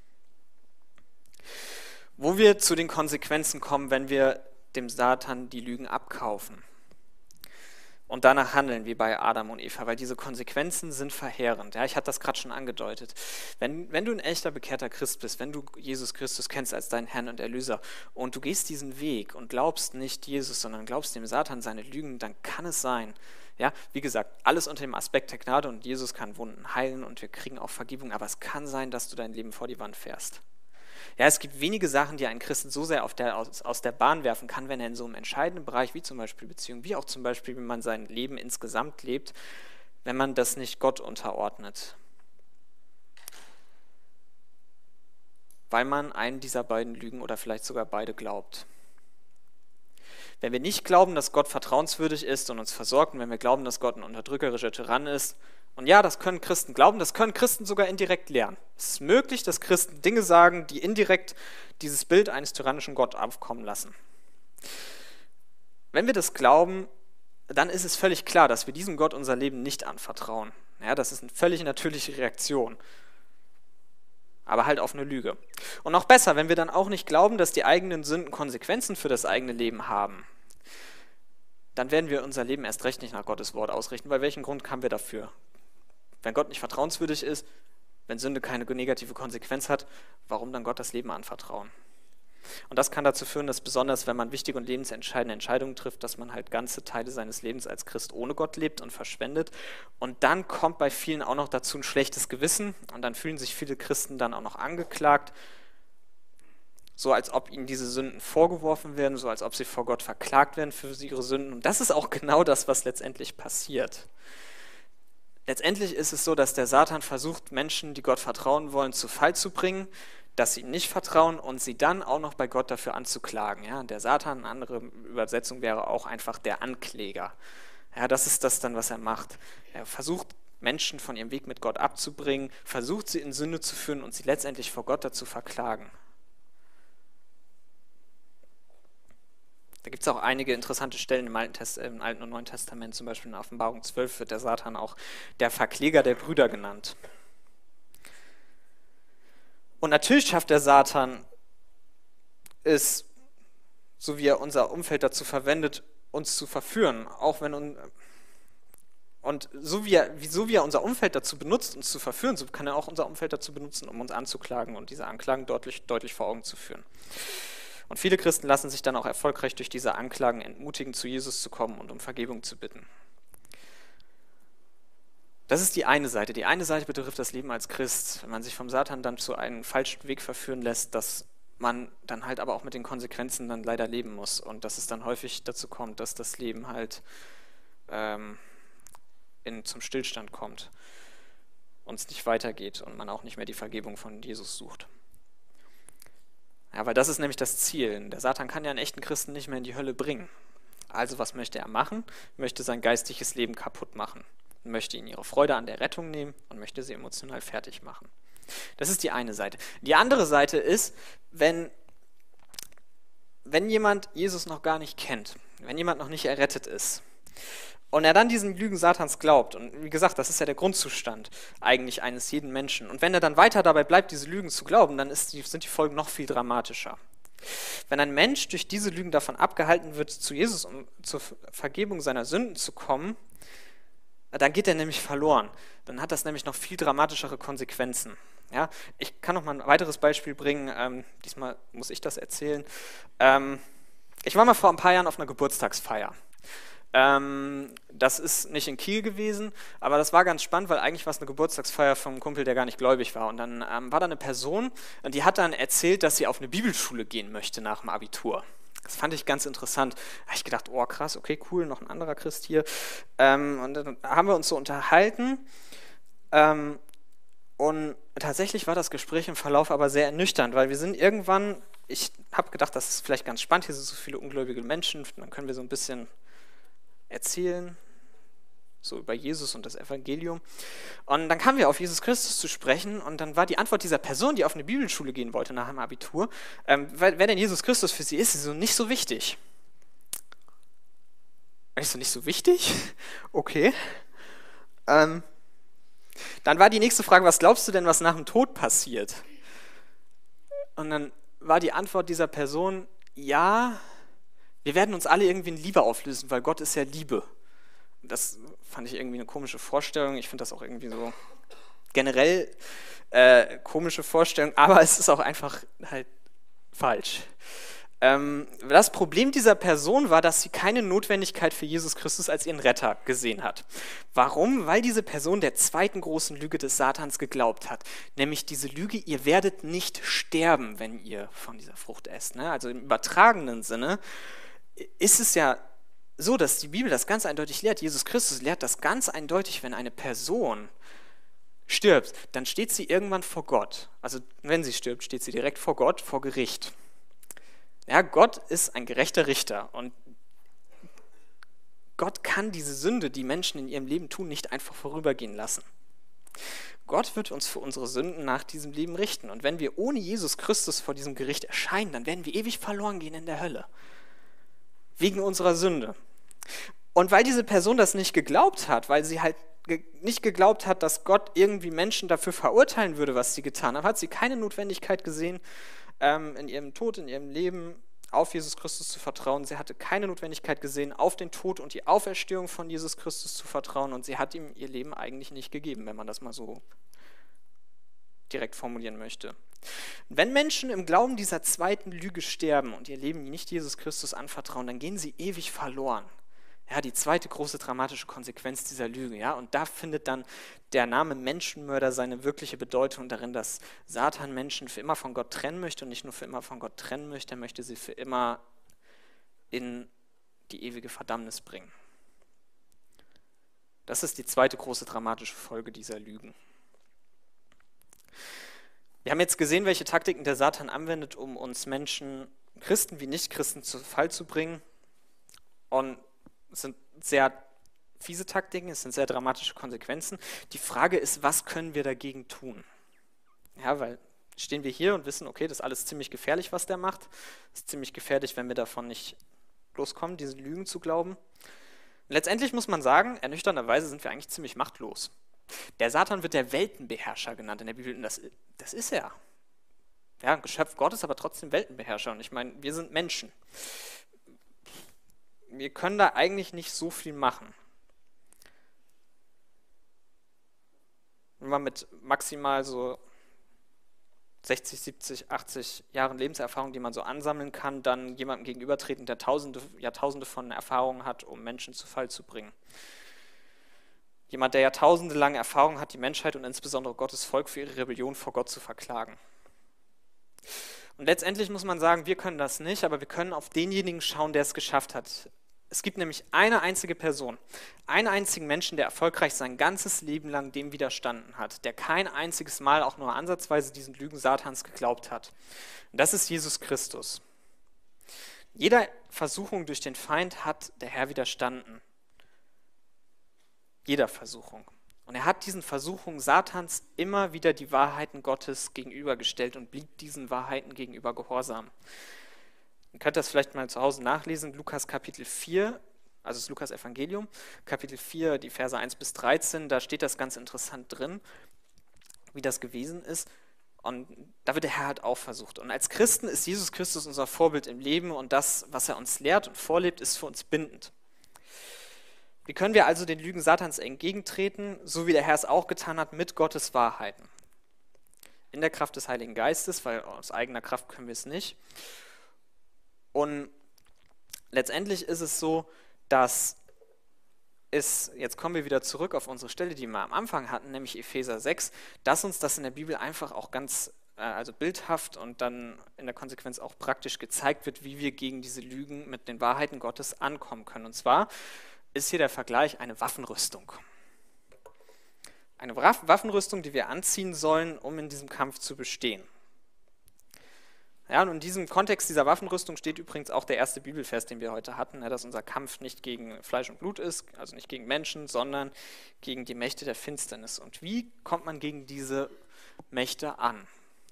Wo wir zu den Konsequenzen kommen, wenn wir dem Satan die Lügen abkaufen und danach handeln, wie bei Adam und Eva, weil diese Konsequenzen sind verheerend. Ja, ich hatte das gerade schon angedeutet. Wenn, wenn du ein echter, bekehrter Christ bist, wenn du Jesus Christus kennst als deinen Herrn und Erlöser und du gehst diesen Weg und glaubst nicht Jesus, sondern glaubst dem Satan seine Lügen, dann kann es sein, ja, wie gesagt, alles unter dem Aspekt der Gnade und Jesus kann Wunden heilen und wir kriegen auch Vergebung, aber es kann sein, dass du dein Leben vor die Wand fährst. Ja, es gibt wenige Sachen, die einen Christen so sehr auf der, aus, aus der Bahn werfen kann, wenn er in so einem entscheidenden Bereich, wie zum Beispiel Beziehung, wie auch zum Beispiel, wie man sein Leben insgesamt lebt, wenn man das nicht Gott unterordnet. Weil man einen dieser beiden Lügen oder vielleicht sogar beide glaubt. Wenn wir nicht glauben, dass Gott vertrauenswürdig ist und uns versorgt, und wenn wir glauben, dass Gott ein unterdrückerischer Tyrann ist, und ja, das können Christen glauben, das können Christen sogar indirekt lernen. Es ist möglich, dass Christen Dinge sagen, die indirekt dieses Bild eines tyrannischen Gott aufkommen lassen. Wenn wir das glauben, dann ist es völlig klar, dass wir diesem Gott unser Leben nicht anvertrauen. Ja, das ist eine völlig natürliche Reaktion. Aber halt auf eine Lüge. Und noch besser, wenn wir dann auch nicht glauben, dass die eigenen Sünden Konsequenzen für das eigene Leben haben, dann werden wir unser Leben erst recht nicht nach Gottes Wort ausrichten, weil welchen Grund haben wir dafür? Wenn Gott nicht vertrauenswürdig ist, wenn Sünde keine negative Konsequenz hat, warum dann Gott das Leben anvertrauen? Und das kann dazu führen, dass besonders, wenn man wichtige und lebensentscheidende Entscheidungen trifft, dass man halt ganze Teile seines Lebens als Christ ohne Gott lebt und verschwendet. Und dann kommt bei vielen auch noch dazu ein schlechtes Gewissen und dann fühlen sich viele Christen dann auch noch angeklagt, so als ob ihnen diese Sünden vorgeworfen werden, so als ob sie vor Gott verklagt werden für ihre Sünden. Und das ist auch genau das, was letztendlich passiert. Letztendlich ist es so, dass der Satan versucht, Menschen, die Gott vertrauen wollen, zu Fall zu bringen, dass sie ihm nicht vertrauen und sie dann auch noch bei Gott dafür anzuklagen. Ja, der Satan, eine andere Übersetzung wäre auch einfach der Ankläger. Ja, das ist das dann, was er macht. Er versucht, Menschen von ihrem Weg mit Gott abzubringen, versucht sie in Sünde zu führen und sie letztendlich vor Gott dazu verklagen. Da gibt es auch einige interessante Stellen im Alten, Test, im Alten und Neuen Testament, zum Beispiel in Offenbarung zwölf wird der Satan auch der Verkläger der Brüder genannt. Und natürlich schafft der Satan es, so wie er unser Umfeld dazu verwendet, uns zu verführen, auch wenn un und so wie, er, so wie er unser Umfeld dazu benutzt, uns zu verführen, so kann er auch unser Umfeld dazu benutzen, um uns anzuklagen und diese Anklagen deutlich, deutlich vor Augen zu führen. Und viele Christen lassen sich dann auch erfolgreich durch diese Anklagen entmutigen, zu Jesus zu kommen und um Vergebung zu bitten. Das ist die eine Seite. Die eine Seite betrifft das Leben als Christ. Wenn man sich vom Satan dann zu einem falschen Weg verführen lässt, dass man dann halt aber auch mit den Konsequenzen dann leider leben muss und dass es dann häufig dazu kommt, dass das Leben halt ähm, in, zum Stillstand kommt und es nicht weitergeht und man auch nicht mehr die Vergebung von Jesus sucht. Ja, weil das ist nämlich das Ziel. Der Satan kann ja einen echten Christen nicht mehr in die Hölle bringen. Also was möchte er machen? Er möchte sein geistliches Leben kaputt machen. Er möchte ihnen ihre Freude an der Rettung nehmen und möchte sie emotional fertig machen. Das ist die eine Seite. Die andere Seite ist, wenn, wenn jemand Jesus noch gar nicht kennt, wenn jemand noch nicht errettet ist und er dann diesen Lügen Satans glaubt, und wie gesagt, das ist ja der Grundzustand eigentlich eines jeden Menschen, und wenn er dann weiter dabei bleibt, diese Lügen zu glauben, dann ist die, sind die Folgen noch viel dramatischer. Wenn ein Mensch durch diese Lügen davon abgehalten wird, zu Jesus, um zur Vergebung seiner Sünden zu kommen, dann geht er nämlich verloren. Dann hat das nämlich noch viel dramatischere Konsequenzen. Ja, ich kann noch mal ein weiteres Beispiel bringen. Ähm, diesmal muss ich das erzählen. Ähm, ich war mal vor ein paar Jahren auf einer Geburtstagsfeier. Ähm, das ist nicht in Kiel gewesen, aber das war ganz spannend, weil eigentlich war es eine Geburtstagsfeier von einem Kumpel, der gar nicht gläubig war. Und dann ähm, war da eine Person, und die hat dann erzählt, dass sie auf eine Bibelschule gehen möchte nach dem Abitur. Das fand ich ganz interessant. Da habe ich gedacht, oh krass, okay, cool, noch ein anderer Christ hier. Ähm, und dann haben wir uns so unterhalten. Ähm, und tatsächlich war das Gespräch im Verlauf aber sehr ernüchternd, weil wir sind irgendwann, ich habe gedacht, das ist vielleicht ganz spannend, hier sind so viele ungläubige Menschen, dann können wir so ein bisschen erzählen, so über Jesus und das Evangelium. Und dann kamen wir auf Jesus Christus zu sprechen und dann war die Antwort dieser Person, die auf eine Bibelschule gehen wollte nach dem Abitur, ähm, wer denn Jesus Christus für sie ist, ist so nicht so wichtig. Und ich so, nicht so wichtig? Okay. Ähm, dann war die nächste Frage, was glaubst du denn, was nach dem Tod passiert? Und dann war die Antwort dieser Person, ja, wir werden uns alle irgendwie in Liebe auflösen, weil Gott ist ja Liebe. Das fand ich irgendwie eine komische Vorstellung. Ich finde das auch irgendwie so generell äh, komische Vorstellung, aber es ist auch einfach halt falsch. Ähm, das Problem dieser Person war, dass sie keine Notwendigkeit für Jesus Christus als ihren Retter gesehen hat. Warum? Weil diese Person der zweiten großen Lüge des Satans geglaubt hat. Nämlich diese Lüge, ihr werdet nicht sterben, wenn ihr von dieser Frucht esst. Ne? Also im übertragenen Sinne ist es ja so, dass die Bibel das ganz eindeutig lehrt. Jesus Christus lehrt das ganz eindeutig, wenn eine Person stirbt, dann steht sie irgendwann vor Gott. Also wenn sie stirbt, steht sie direkt vor Gott, vor Gericht. Ja, Gott ist ein gerechter Richter und Gott kann diese Sünde, die Menschen in ihrem Leben tun, nicht einfach vorübergehen lassen. Gott wird uns für unsere Sünden nach diesem Leben richten. Und wenn wir ohne Jesus Christus vor diesem Gericht erscheinen, dann werden wir ewig verloren gehen in der Hölle. Wegen unserer Sünde. Und weil diese Person das nicht geglaubt hat, weil sie halt ge- nicht geglaubt hat, dass Gott irgendwie Menschen dafür verurteilen würde, was sie getan haben, hat sie keine Notwendigkeit gesehen, ähm, in ihrem Tod, in ihrem Leben auf Jesus Christus zu vertrauen. Sie hatte keine Notwendigkeit gesehen, auf den Tod und die Auferstehung von Jesus Christus zu vertrauen, und sie hat ihm ihr Leben eigentlich nicht gegeben, wenn man das mal so direkt formulieren möchte. Wenn Menschen im Glauben dieser zweiten Lüge sterben und ihr Leben nicht Jesus Christus anvertrauen, dann gehen sie ewig verloren. Ja, die zweite große dramatische Konsequenz dieser Lüge. Ja, und da findet dann der Name Menschenmörder seine wirkliche Bedeutung darin, dass Satan Menschen für immer von Gott trennen möchte und nicht nur für immer von Gott trennen möchte, er möchte sie für immer in die ewige Verdammnis bringen. Das ist die zweite große dramatische Folge dieser Lügen. Wir haben jetzt gesehen, welche Taktiken der Satan anwendet, um uns Menschen, Christen wie Nichtchristen, zu Fall zu bringen. Und es sind sehr fiese Taktiken, es sind sehr dramatische Konsequenzen. Die Frage ist, was können wir dagegen tun? Ja, weil stehen wir hier und wissen, okay, das ist alles ziemlich gefährlich, was der macht. Es ist ziemlich gefährlich, wenn wir davon nicht loskommen, diese Lügen zu glauben. Und letztendlich muss man sagen, ernüchternderweise sind wir eigentlich ziemlich machtlos. Der Satan wird der Weltenbeherrscher genannt in der Bibel und das, das ist er. Ja, ein Geschöpf Gottes, aber trotzdem Weltenbeherrscher. Und ich meine, wir sind Menschen. Wir können da eigentlich nicht so viel machen. Wenn man mit maximal so sechzig, siebzig, achtzig Jahren Lebenserfahrung, die man so ansammeln kann, dann jemandem gegenübertreten, der tausende, Jahrtausende von Erfahrungen hat, um Menschen zu Fall zu bringen. Jemand, der jahrtausende lange Erfahrung hat, die Menschheit und insbesondere Gottes Volk für ihre Rebellion vor Gott zu verklagen. Und letztendlich muss man sagen, wir können das nicht, aber wir können auf denjenigen schauen, der es geschafft hat. Es gibt nämlich eine einzige Person, einen einzigen Menschen, der erfolgreich sein ganzes Leben lang dem widerstanden hat, der kein einziges Mal auch nur ansatzweise diesen Lügen Satans geglaubt hat. Und das ist Jesus Christus. Jeder Versuchung durch den Feind hat der Herr widerstanden. Jeder Versuchung. Und er hat diesen Versuchungen Satans immer wieder die Wahrheiten Gottes gegenübergestellt und blieb diesen Wahrheiten gegenüber gehorsam. Ihr könnt das vielleicht mal zu Hause nachlesen, Lukas Kapitel vier, also das Lukas Evangelium, Kapitel vier, die Verse eins bis dreizehn, da steht das ganz interessant drin, wie das gewesen ist. Und da wird der Herr halt auch versucht. Und als Christen ist Jesus Christus unser Vorbild im Leben und das, was er uns lehrt und vorlebt, ist für uns bindend. Wie können wir also den Lügen Satans entgegentreten, so wie der Herr es auch getan hat, mit Gottes Wahrheiten? In der Kraft des Heiligen Geistes, weil aus eigener Kraft können wir es nicht. Und letztendlich ist es so, dass es, jetzt kommen wir wieder zurück auf unsere Stelle, die wir am Anfang hatten, nämlich Epheser sechs, dass uns das in der Bibel einfach auch ganz, äh, also bildhaft und dann in der Konsequenz auch praktisch gezeigt wird, wie wir gegen diese Lügen mit den Wahrheiten Gottes ankommen können. Und zwar ist hier der Vergleich eine Waffenrüstung. Eine Waffenrüstung, die wir anziehen sollen, um in diesem Kampf zu bestehen. Ja, und in diesem Kontext dieser Waffenrüstung steht übrigens auch der erste Bibelvers, den wir heute hatten, ja, dass unser Kampf nicht gegen Fleisch und Blut ist, also nicht gegen Menschen, sondern gegen die Mächte der Finsternis. Und wie kommt man gegen diese Mächte an?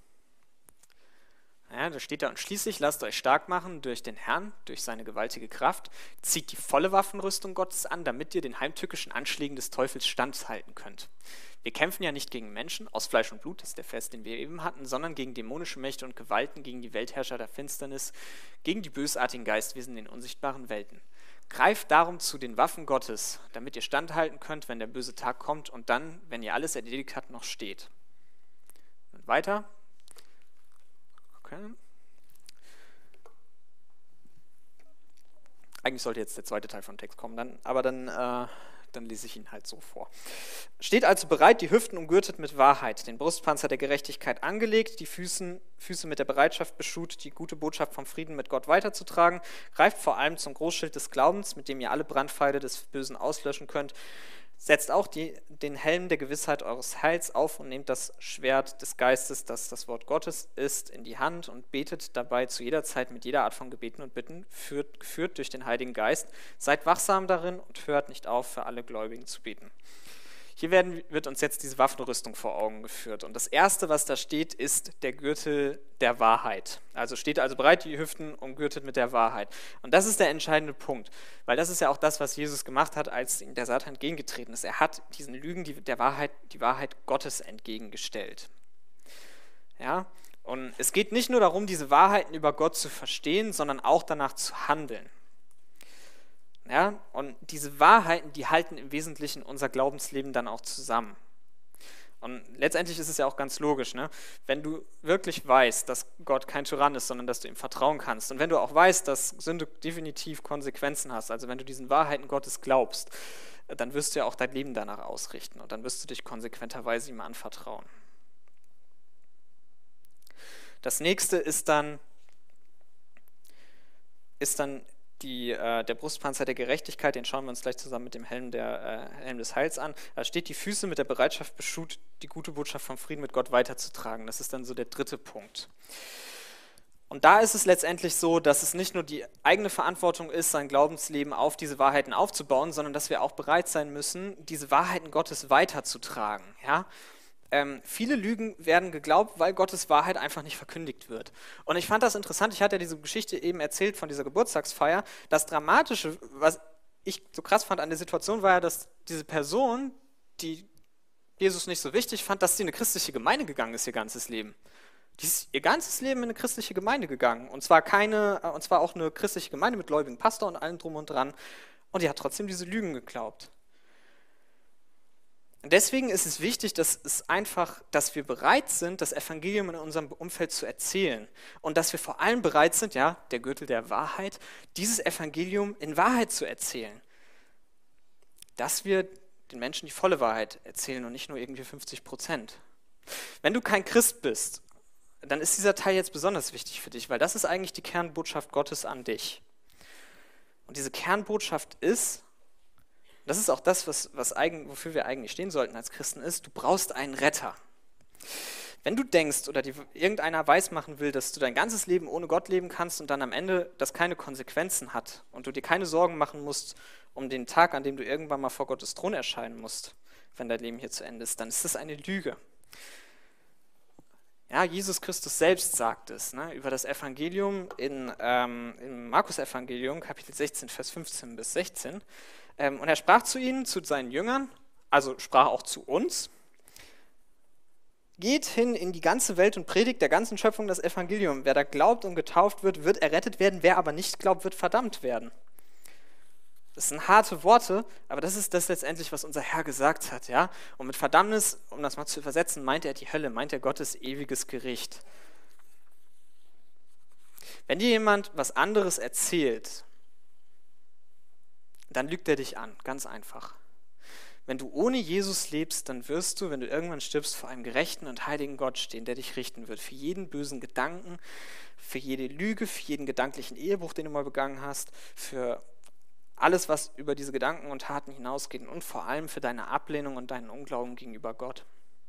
Ja, da steht da, und schließlich lasst euch stark machen durch den Herrn, durch seine gewaltige Kraft, zieht die volle Waffenrüstung Gottes an, damit ihr den heimtückischen Anschlägen des Teufels standhalten könnt. Wir kämpfen ja nicht gegen Menschen aus Fleisch und Blut, das ist der Vers, den wir eben hatten, sondern gegen dämonische Mächte und Gewalten, gegen die Weltherrscher der Finsternis, gegen die bösartigen Geistwesen in den unsichtbaren Welten. Greift darum zu den Waffen Gottes, damit ihr standhalten könnt, wenn der böse Tag kommt und dann, wenn ihr alles erledigt habt, noch steht. Und weiter. Okay. Eigentlich sollte jetzt der zweite Teil vom Text kommen, dann, aber dann, äh, dann lese ich ihn halt so vor. Steht also bereit, die Hüften umgürtet mit Wahrheit, den Brustpanzer der Gerechtigkeit angelegt, die Füßen, Füße mit der Bereitschaft beschut, die gute Botschaft vom Frieden mit Gott weiterzutragen, greift vor allem zum Großschild des Glaubens, mit dem ihr alle Brandpfeile des Bösen auslöschen könnt. Setzt auch die, den Helm der Gewissheit eures Heils auf und nehmt das Schwert des Geistes, das das Wort Gottes ist, in die Hand und betet dabei zu jeder Zeit mit jeder Art von Gebeten und Bitten, führt, geführt durch den Heiligen Geist. Seid wachsam darin und hört nicht auf, für alle Gläubigen zu beten. Hier werden, wird uns jetzt diese Waffenrüstung vor Augen geführt. Und das Erste, was da steht, ist der Gürtel der Wahrheit. Also steht also bereit, die Hüften umgürtet mit der Wahrheit. Und das ist der entscheidende Punkt, weil das ist ja auch das, was Jesus gemacht hat, als ihm der Satan entgegengetreten ist. Er hat diesen Lügen die, der Wahrheit, die Wahrheit Gottes entgegengestellt. Ja? Und es geht nicht nur darum, diese Wahrheiten über Gott zu verstehen, sondern auch danach zu handeln. Ja, und diese Wahrheiten, die halten im Wesentlichen unser Glaubensleben dann auch zusammen. Und letztendlich ist es ja auch ganz logisch, ne? Wenn du wirklich weißt, dass Gott kein Tyrann ist, sondern dass du ihm vertrauen kannst und wenn du auch weißt, dass Sünde definitiv Konsequenzen hat, also wenn du diesen Wahrheiten Gottes glaubst, dann wirst du ja auch dein Leben danach ausrichten und dann wirst du dich konsequenterweise ihm anvertrauen. Das nächste ist dann, ist dann Die, äh, der Brustpanzer der Gerechtigkeit, den schauen wir uns gleich zusammen mit dem Helm, der, äh, Helm des Heils an. Da steht, die Füße mit der Bereitschaft beschut, die gute Botschaft vom Frieden mit Gott weiterzutragen. Das ist dann so der dritte Punkt. Und da ist es letztendlich so, dass es nicht nur die eigene Verantwortung ist, sein Glaubensleben auf diese Wahrheiten aufzubauen, sondern dass wir auch bereit sein müssen, diese Wahrheiten Gottes weiterzutragen. Ja? Ähm, viele Lügen werden geglaubt, weil Gottes Wahrheit einfach nicht verkündigt wird. Und ich fand das interessant, ich hatte ja diese Geschichte eben erzählt von dieser Geburtstagsfeier. Das Dramatische, was ich so krass fand an der Situation, war ja, dass diese Person, die Jesus nicht so wichtig fand, dass sie in eine christliche Gemeinde gegangen ist ihr ganzes Leben. Die ist ihr ganzes Leben in eine christliche Gemeinde gegangen. Und zwar keine, und zwar auch eine christliche Gemeinde mit gläubigen Pastor und allem drum und dran. Und die hat trotzdem diese Lügen geglaubt. Und deswegen ist es wichtig, dass es einfach, dass wir bereit sind, das Evangelium in unserem Umfeld zu erzählen. Und dass wir vor allem bereit sind, ja, der Gürtel der Wahrheit, dieses Evangelium in Wahrheit zu erzählen. Dass wir den Menschen die volle Wahrheit erzählen und nicht nur irgendwie fünfzig Prozent. Wenn du kein Christ bist, dann ist dieser Teil jetzt besonders wichtig für dich, weil das ist eigentlich die Kernbotschaft Gottes an dich. Und diese Kernbotschaft ist, das ist auch das, was, was eigen, wofür wir eigentlich stehen sollten als Christen, ist, du brauchst einen Retter. Wenn du denkst oder dir irgendeiner weismachen will, dass du dein ganzes Leben ohne Gott leben kannst und dann am Ende das keine Konsequenzen hat und du dir keine Sorgen machen musst um den Tag, an dem du irgendwann mal vor Gottes Thron erscheinen musst, wenn dein Leben hier zu Ende ist, dann ist das eine Lüge. Ja, Jesus Christus selbst sagt es, ne, über das Evangelium in, ähm, im Markus-Evangelium, Kapitel sechzehn, Vers fünfzehn bis sechzehn. Ähm, und er sprach zu ihnen, zu seinen Jüngern, also sprach auch zu uns: Geht hin in die ganze Welt und predigt der ganzen Schöpfung das Evangelium. Wer da glaubt und getauft wird, wird errettet werden. Wer aber nicht glaubt, wird verdammt werden. Das sind harte Worte, aber das ist das letztendlich, was unser Herr gesagt hat. Ja? Und mit Verdammnis, um das mal zu übersetzen, meint er die Hölle, meint er Gottes ewiges Gericht. Wenn dir jemand was anderes erzählt, dann lügt er dich an, ganz einfach. Wenn du ohne Jesus lebst, dann wirst du, wenn du irgendwann stirbst, vor einem gerechten und heiligen Gott stehen, der dich richten wird. Für jeden bösen Gedanken, für jede Lüge, für jeden gedanklichen Ehebruch, den du mal begangen hast, für alles, was über diese Gedanken und Taten hinausgeht und vor allem für deine Ablehnung und deinen Unglauben gegenüber Gott.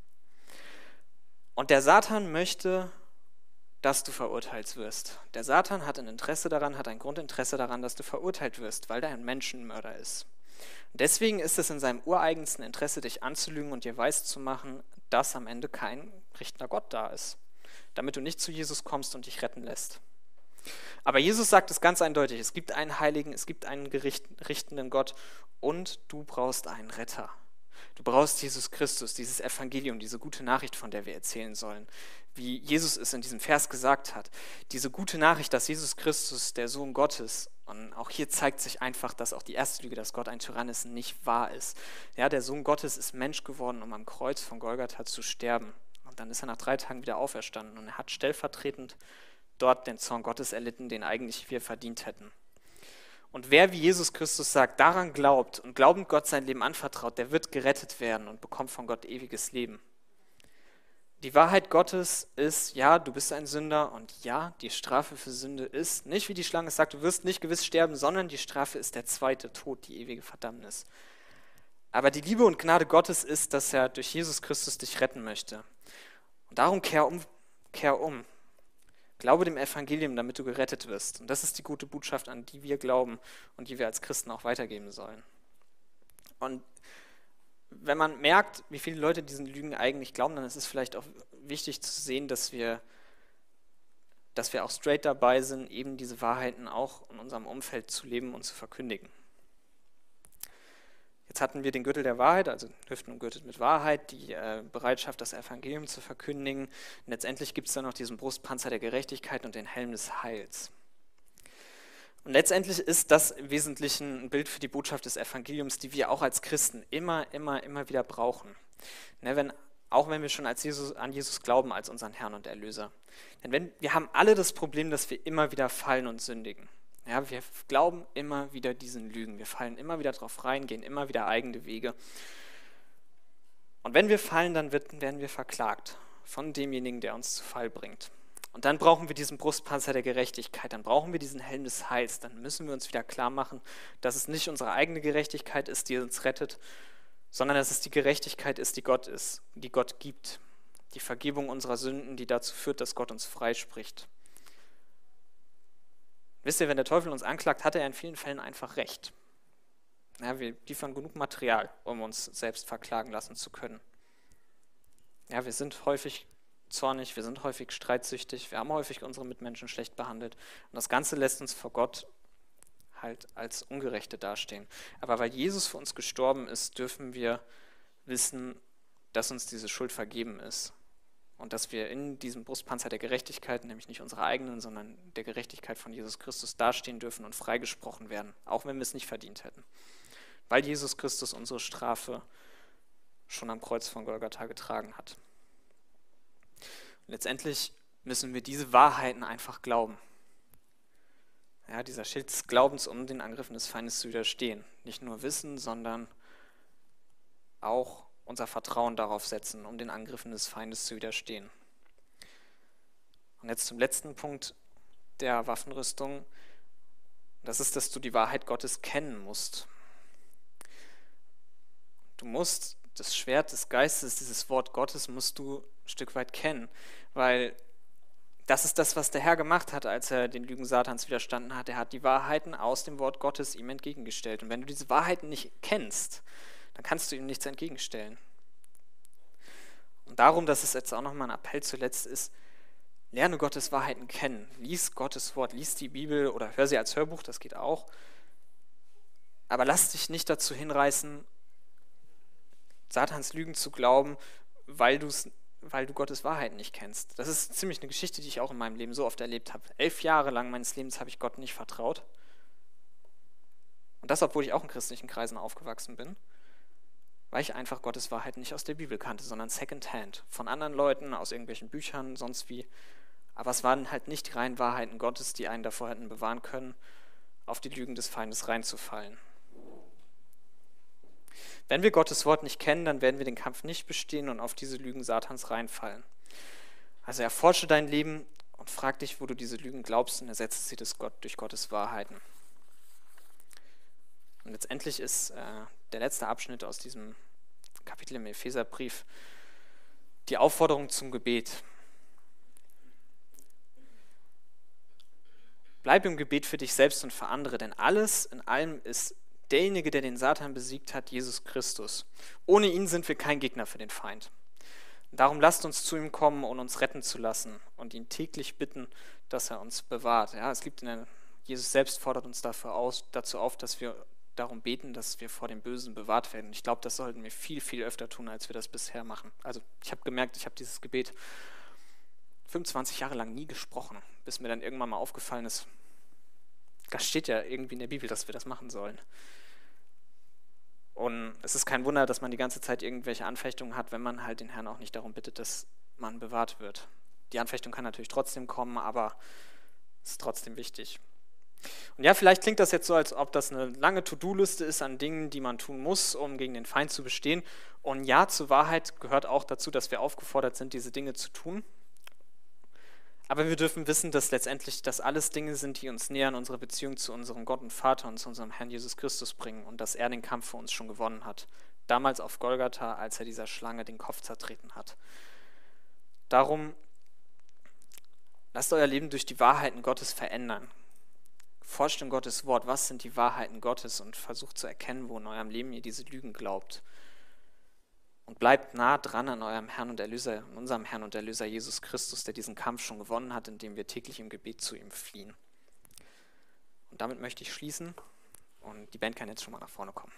Und der Satan möchte, dass du verurteilt wirst. Der Satan hat ein Interesse daran, hat ein Grundinteresse daran, dass du verurteilt wirst, weil er ein Menschenmörder ist. Und deswegen ist es in seinem ureigensten Interesse, dich anzulügen und dir weiszumachen, dass am Ende kein richtender Gott da ist, damit du nicht zu Jesus kommst und dich retten lässt. Aber Jesus sagt es ganz eindeutig, es gibt einen Heiligen, es gibt einen gericht, richtenden Gott und du brauchst einen Retter. Du brauchst Jesus Christus, dieses Evangelium, diese gute Nachricht, von der wir erzählen sollen. Wie Jesus es in diesem Vers gesagt hat, diese gute Nachricht, dass Jesus Christus der Sohn Gottes, und auch hier zeigt sich einfach, dass auch die erste Lüge, dass Gott ein Tyrann ist, nicht wahr ist. Ja, der Sohn Gottes ist Mensch geworden, um am Kreuz von Golgatha zu sterben. Und dann ist er nach drei Tagen wieder auferstanden und er hat stellvertretend dort den Zorn Gottes erlitten, den eigentlich wir verdient hätten. Und wer, wie Jesus Christus sagt, daran glaubt und glaubend Gott sein Leben anvertraut, der wird gerettet werden und bekommt von Gott ewiges Leben. Die Wahrheit Gottes ist, ja, du bist ein Sünder und ja, die Strafe für Sünde ist, nicht wie die Schlange sagt, du wirst nicht gewiss sterben, sondern die Strafe ist der zweite Tod, die ewige Verdammnis. Aber die Liebe und Gnade Gottes ist, dass er durch Jesus Christus dich retten möchte. Und darum kehr um, kehr um. Glaube dem Evangelium, damit du gerettet wirst. Und das ist die gute Botschaft, an die wir glauben und die wir als Christen auch weitergeben sollen. Und wenn man merkt, wie viele Leute diesen Lügen eigentlich glauben, dann ist es vielleicht auch wichtig zu sehen, dass wir, dass wir auch straight dabei sind, eben diese Wahrheiten auch in unserem Umfeld zu leben und zu verkündigen. Jetzt hatten wir den Gürtel der Wahrheit, also Hüften umgürtet mit Wahrheit, die äh, Bereitschaft, das Evangelium zu verkündigen. Und letztendlich gibt es dann noch diesen Brustpanzer der Gerechtigkeit und den Helm des Heils. Und letztendlich ist das im Wesentlichen ein Bild für die Botschaft des Evangeliums, die wir auch als Christen immer, immer, immer wieder brauchen. Ne, wenn, auch wenn wir schon als Jesus, an Jesus glauben als unseren Herrn und Erlöser. Denn wenn, wir haben alle das Problem, dass wir immer wieder fallen und sündigen. Ja, wir glauben immer wieder diesen Lügen. Wir fallen immer wieder drauf rein, gehen immer wieder eigene Wege. Und wenn wir fallen, dann wird, werden wir verklagt von demjenigen, der uns zu Fall bringt. Und dann brauchen wir diesen Brustpanzer der Gerechtigkeit, dann brauchen wir diesen Helm des Heils, dann müssen wir uns wieder klar machen, dass es nicht unsere eigene Gerechtigkeit ist, die uns rettet, sondern dass es die Gerechtigkeit ist, die Gott ist, die Gott gibt. Die Vergebung unserer Sünden, die dazu führt, dass Gott uns freispricht. Wisst ihr, wenn der Teufel uns anklagt, hat er in vielen Fällen einfach recht. Ja, wir liefern genug Material, um uns selbst verklagen lassen zu können. Ja, wir sind häufig zornig, wir sind häufig streitsüchtig, wir haben häufig unsere Mitmenschen schlecht behandelt. Und das Ganze lässt uns vor Gott halt als Ungerechte dastehen. Aber weil Jesus für uns gestorben ist, dürfen wir wissen, dass uns diese Schuld vergeben ist. Und dass wir in diesem Brustpanzer der Gerechtigkeit, nämlich nicht unserer eigenen, sondern der Gerechtigkeit von Jesus Christus dastehen dürfen und freigesprochen werden, auch wenn wir es nicht verdient hätten. Weil Jesus Christus unsere Strafe schon am Kreuz von Golgatha getragen hat. Und letztendlich müssen wir diese Wahrheiten einfach glauben. Ja, dieser Schild des Glaubens, um den Angriffen des Feindes zu widerstehen. Nicht nur wissen, sondern auch unser Vertrauen darauf setzen, um den Angriffen des Feindes zu widerstehen. Und jetzt zum letzten Punkt der Waffenrüstung. Das ist, dass du die Wahrheit Gottes kennen musst. Du musst das Schwert des Geistes, dieses Wort Gottes, musst du ein Stück weit kennen, weil das ist das, was der Herr gemacht hat, als er den Lügen Satans widerstanden hat. Er hat die Wahrheiten aus dem Wort Gottes ihm entgegengestellt. Und wenn du diese Wahrheiten nicht kennst, dann kannst du ihm nichts entgegenstellen. Und darum, dass es jetzt auch nochmal ein Appell zuletzt ist, lerne Gottes Wahrheiten kennen. Lies Gottes Wort, lies die Bibel oder hör sie als Hörbuch, das geht auch. Aber lass dich nicht dazu hinreißen, Satans Lügen zu glauben, weil du es weil du Gottes Wahrheiten nicht kennst. Das ist ziemlich eine Geschichte, die ich auch in meinem Leben so oft erlebt habe. Elf Jahre lang meines Lebens habe ich Gott nicht vertraut. Und das, obwohl ich auch in christlichen Kreisen aufgewachsen bin, weil ich einfach Gottes Wahrheiten nicht aus der Bibel kannte, sondern secondhand, von anderen Leuten, aus irgendwelchen Büchern, sonst wie. Aber es waren halt nicht die reinen Wahrheiten Gottes, die einen davor hätten bewahren können, auf die Lügen des Feindes reinzufallen. Wenn wir Gottes Wort nicht kennen, dann werden wir den Kampf nicht bestehen und auf diese Lügen Satans reinfallen. Also erforsche dein Leben und frag dich, wo du diese Lügen glaubst, und ersetze sie das Gott durch Gottes Wahrheiten. Und letztendlich ist äh, der letzte Abschnitt aus diesem Kapitel im Epheserbrief die Aufforderung zum Gebet. Bleib im Gebet für dich selbst und für andere, denn alles in allem ist derjenige, der den Satan besiegt hat, Jesus Christus. Ohne ihn sind wir kein Gegner für den Feind. Darum lasst uns zu ihm kommen, um uns retten zu lassen und ihn täglich bitten, dass er uns bewahrt. Ja, es gibt in der, Jesus selbst fordert uns dafür aus, dazu auf, dass wir darum beten, dass wir vor dem Bösen bewahrt werden. Ich glaube, das sollten wir viel, viel öfter tun, als wir das bisher machen. Also ich habe gemerkt, ich habe dieses Gebet fünfundzwanzig Jahre lang nie gesprochen, bis mir dann irgendwann mal aufgefallen ist, das steht ja irgendwie in der Bibel, dass wir das machen sollen. Und es ist kein Wunder, dass man die ganze Zeit irgendwelche Anfechtungen hat, wenn man halt den Herrn auch nicht darum bittet, dass man bewahrt wird. Die Anfechtung kann natürlich trotzdem kommen, aber es ist trotzdem wichtig. Und ja, vielleicht klingt das jetzt so, als ob das eine lange To-Do-Liste ist an Dingen, die man tun muss, um gegen den Feind zu bestehen. Und ja, zur Wahrheit gehört auch dazu, dass wir aufgefordert sind, diese Dinge zu tun. Aber wir dürfen wissen, dass letztendlich das alles Dinge sind, die uns näher an unsere Beziehung zu unserem Gott und Vater und zu unserem Herrn Jesus Christus bringen und dass er den Kampf für uns schon gewonnen hat. Damals auf Golgatha, als er dieser Schlange den Kopf zertreten hat. Darum lasst euer Leben durch die Wahrheiten Gottes verändern. Forscht in Gottes Wort, was sind die Wahrheiten Gottes und versucht zu erkennen, wo in eurem Leben ihr diese Lügen glaubt. Und bleibt nah dran an eurem Herrn und Erlöser, an unserem Herrn und Erlöser Jesus Christus, der diesen Kampf schon gewonnen hat, indem wir täglich im Gebet zu ihm fliehen. Und damit möchte ich schließen und die Band kann jetzt schon mal nach vorne kommen.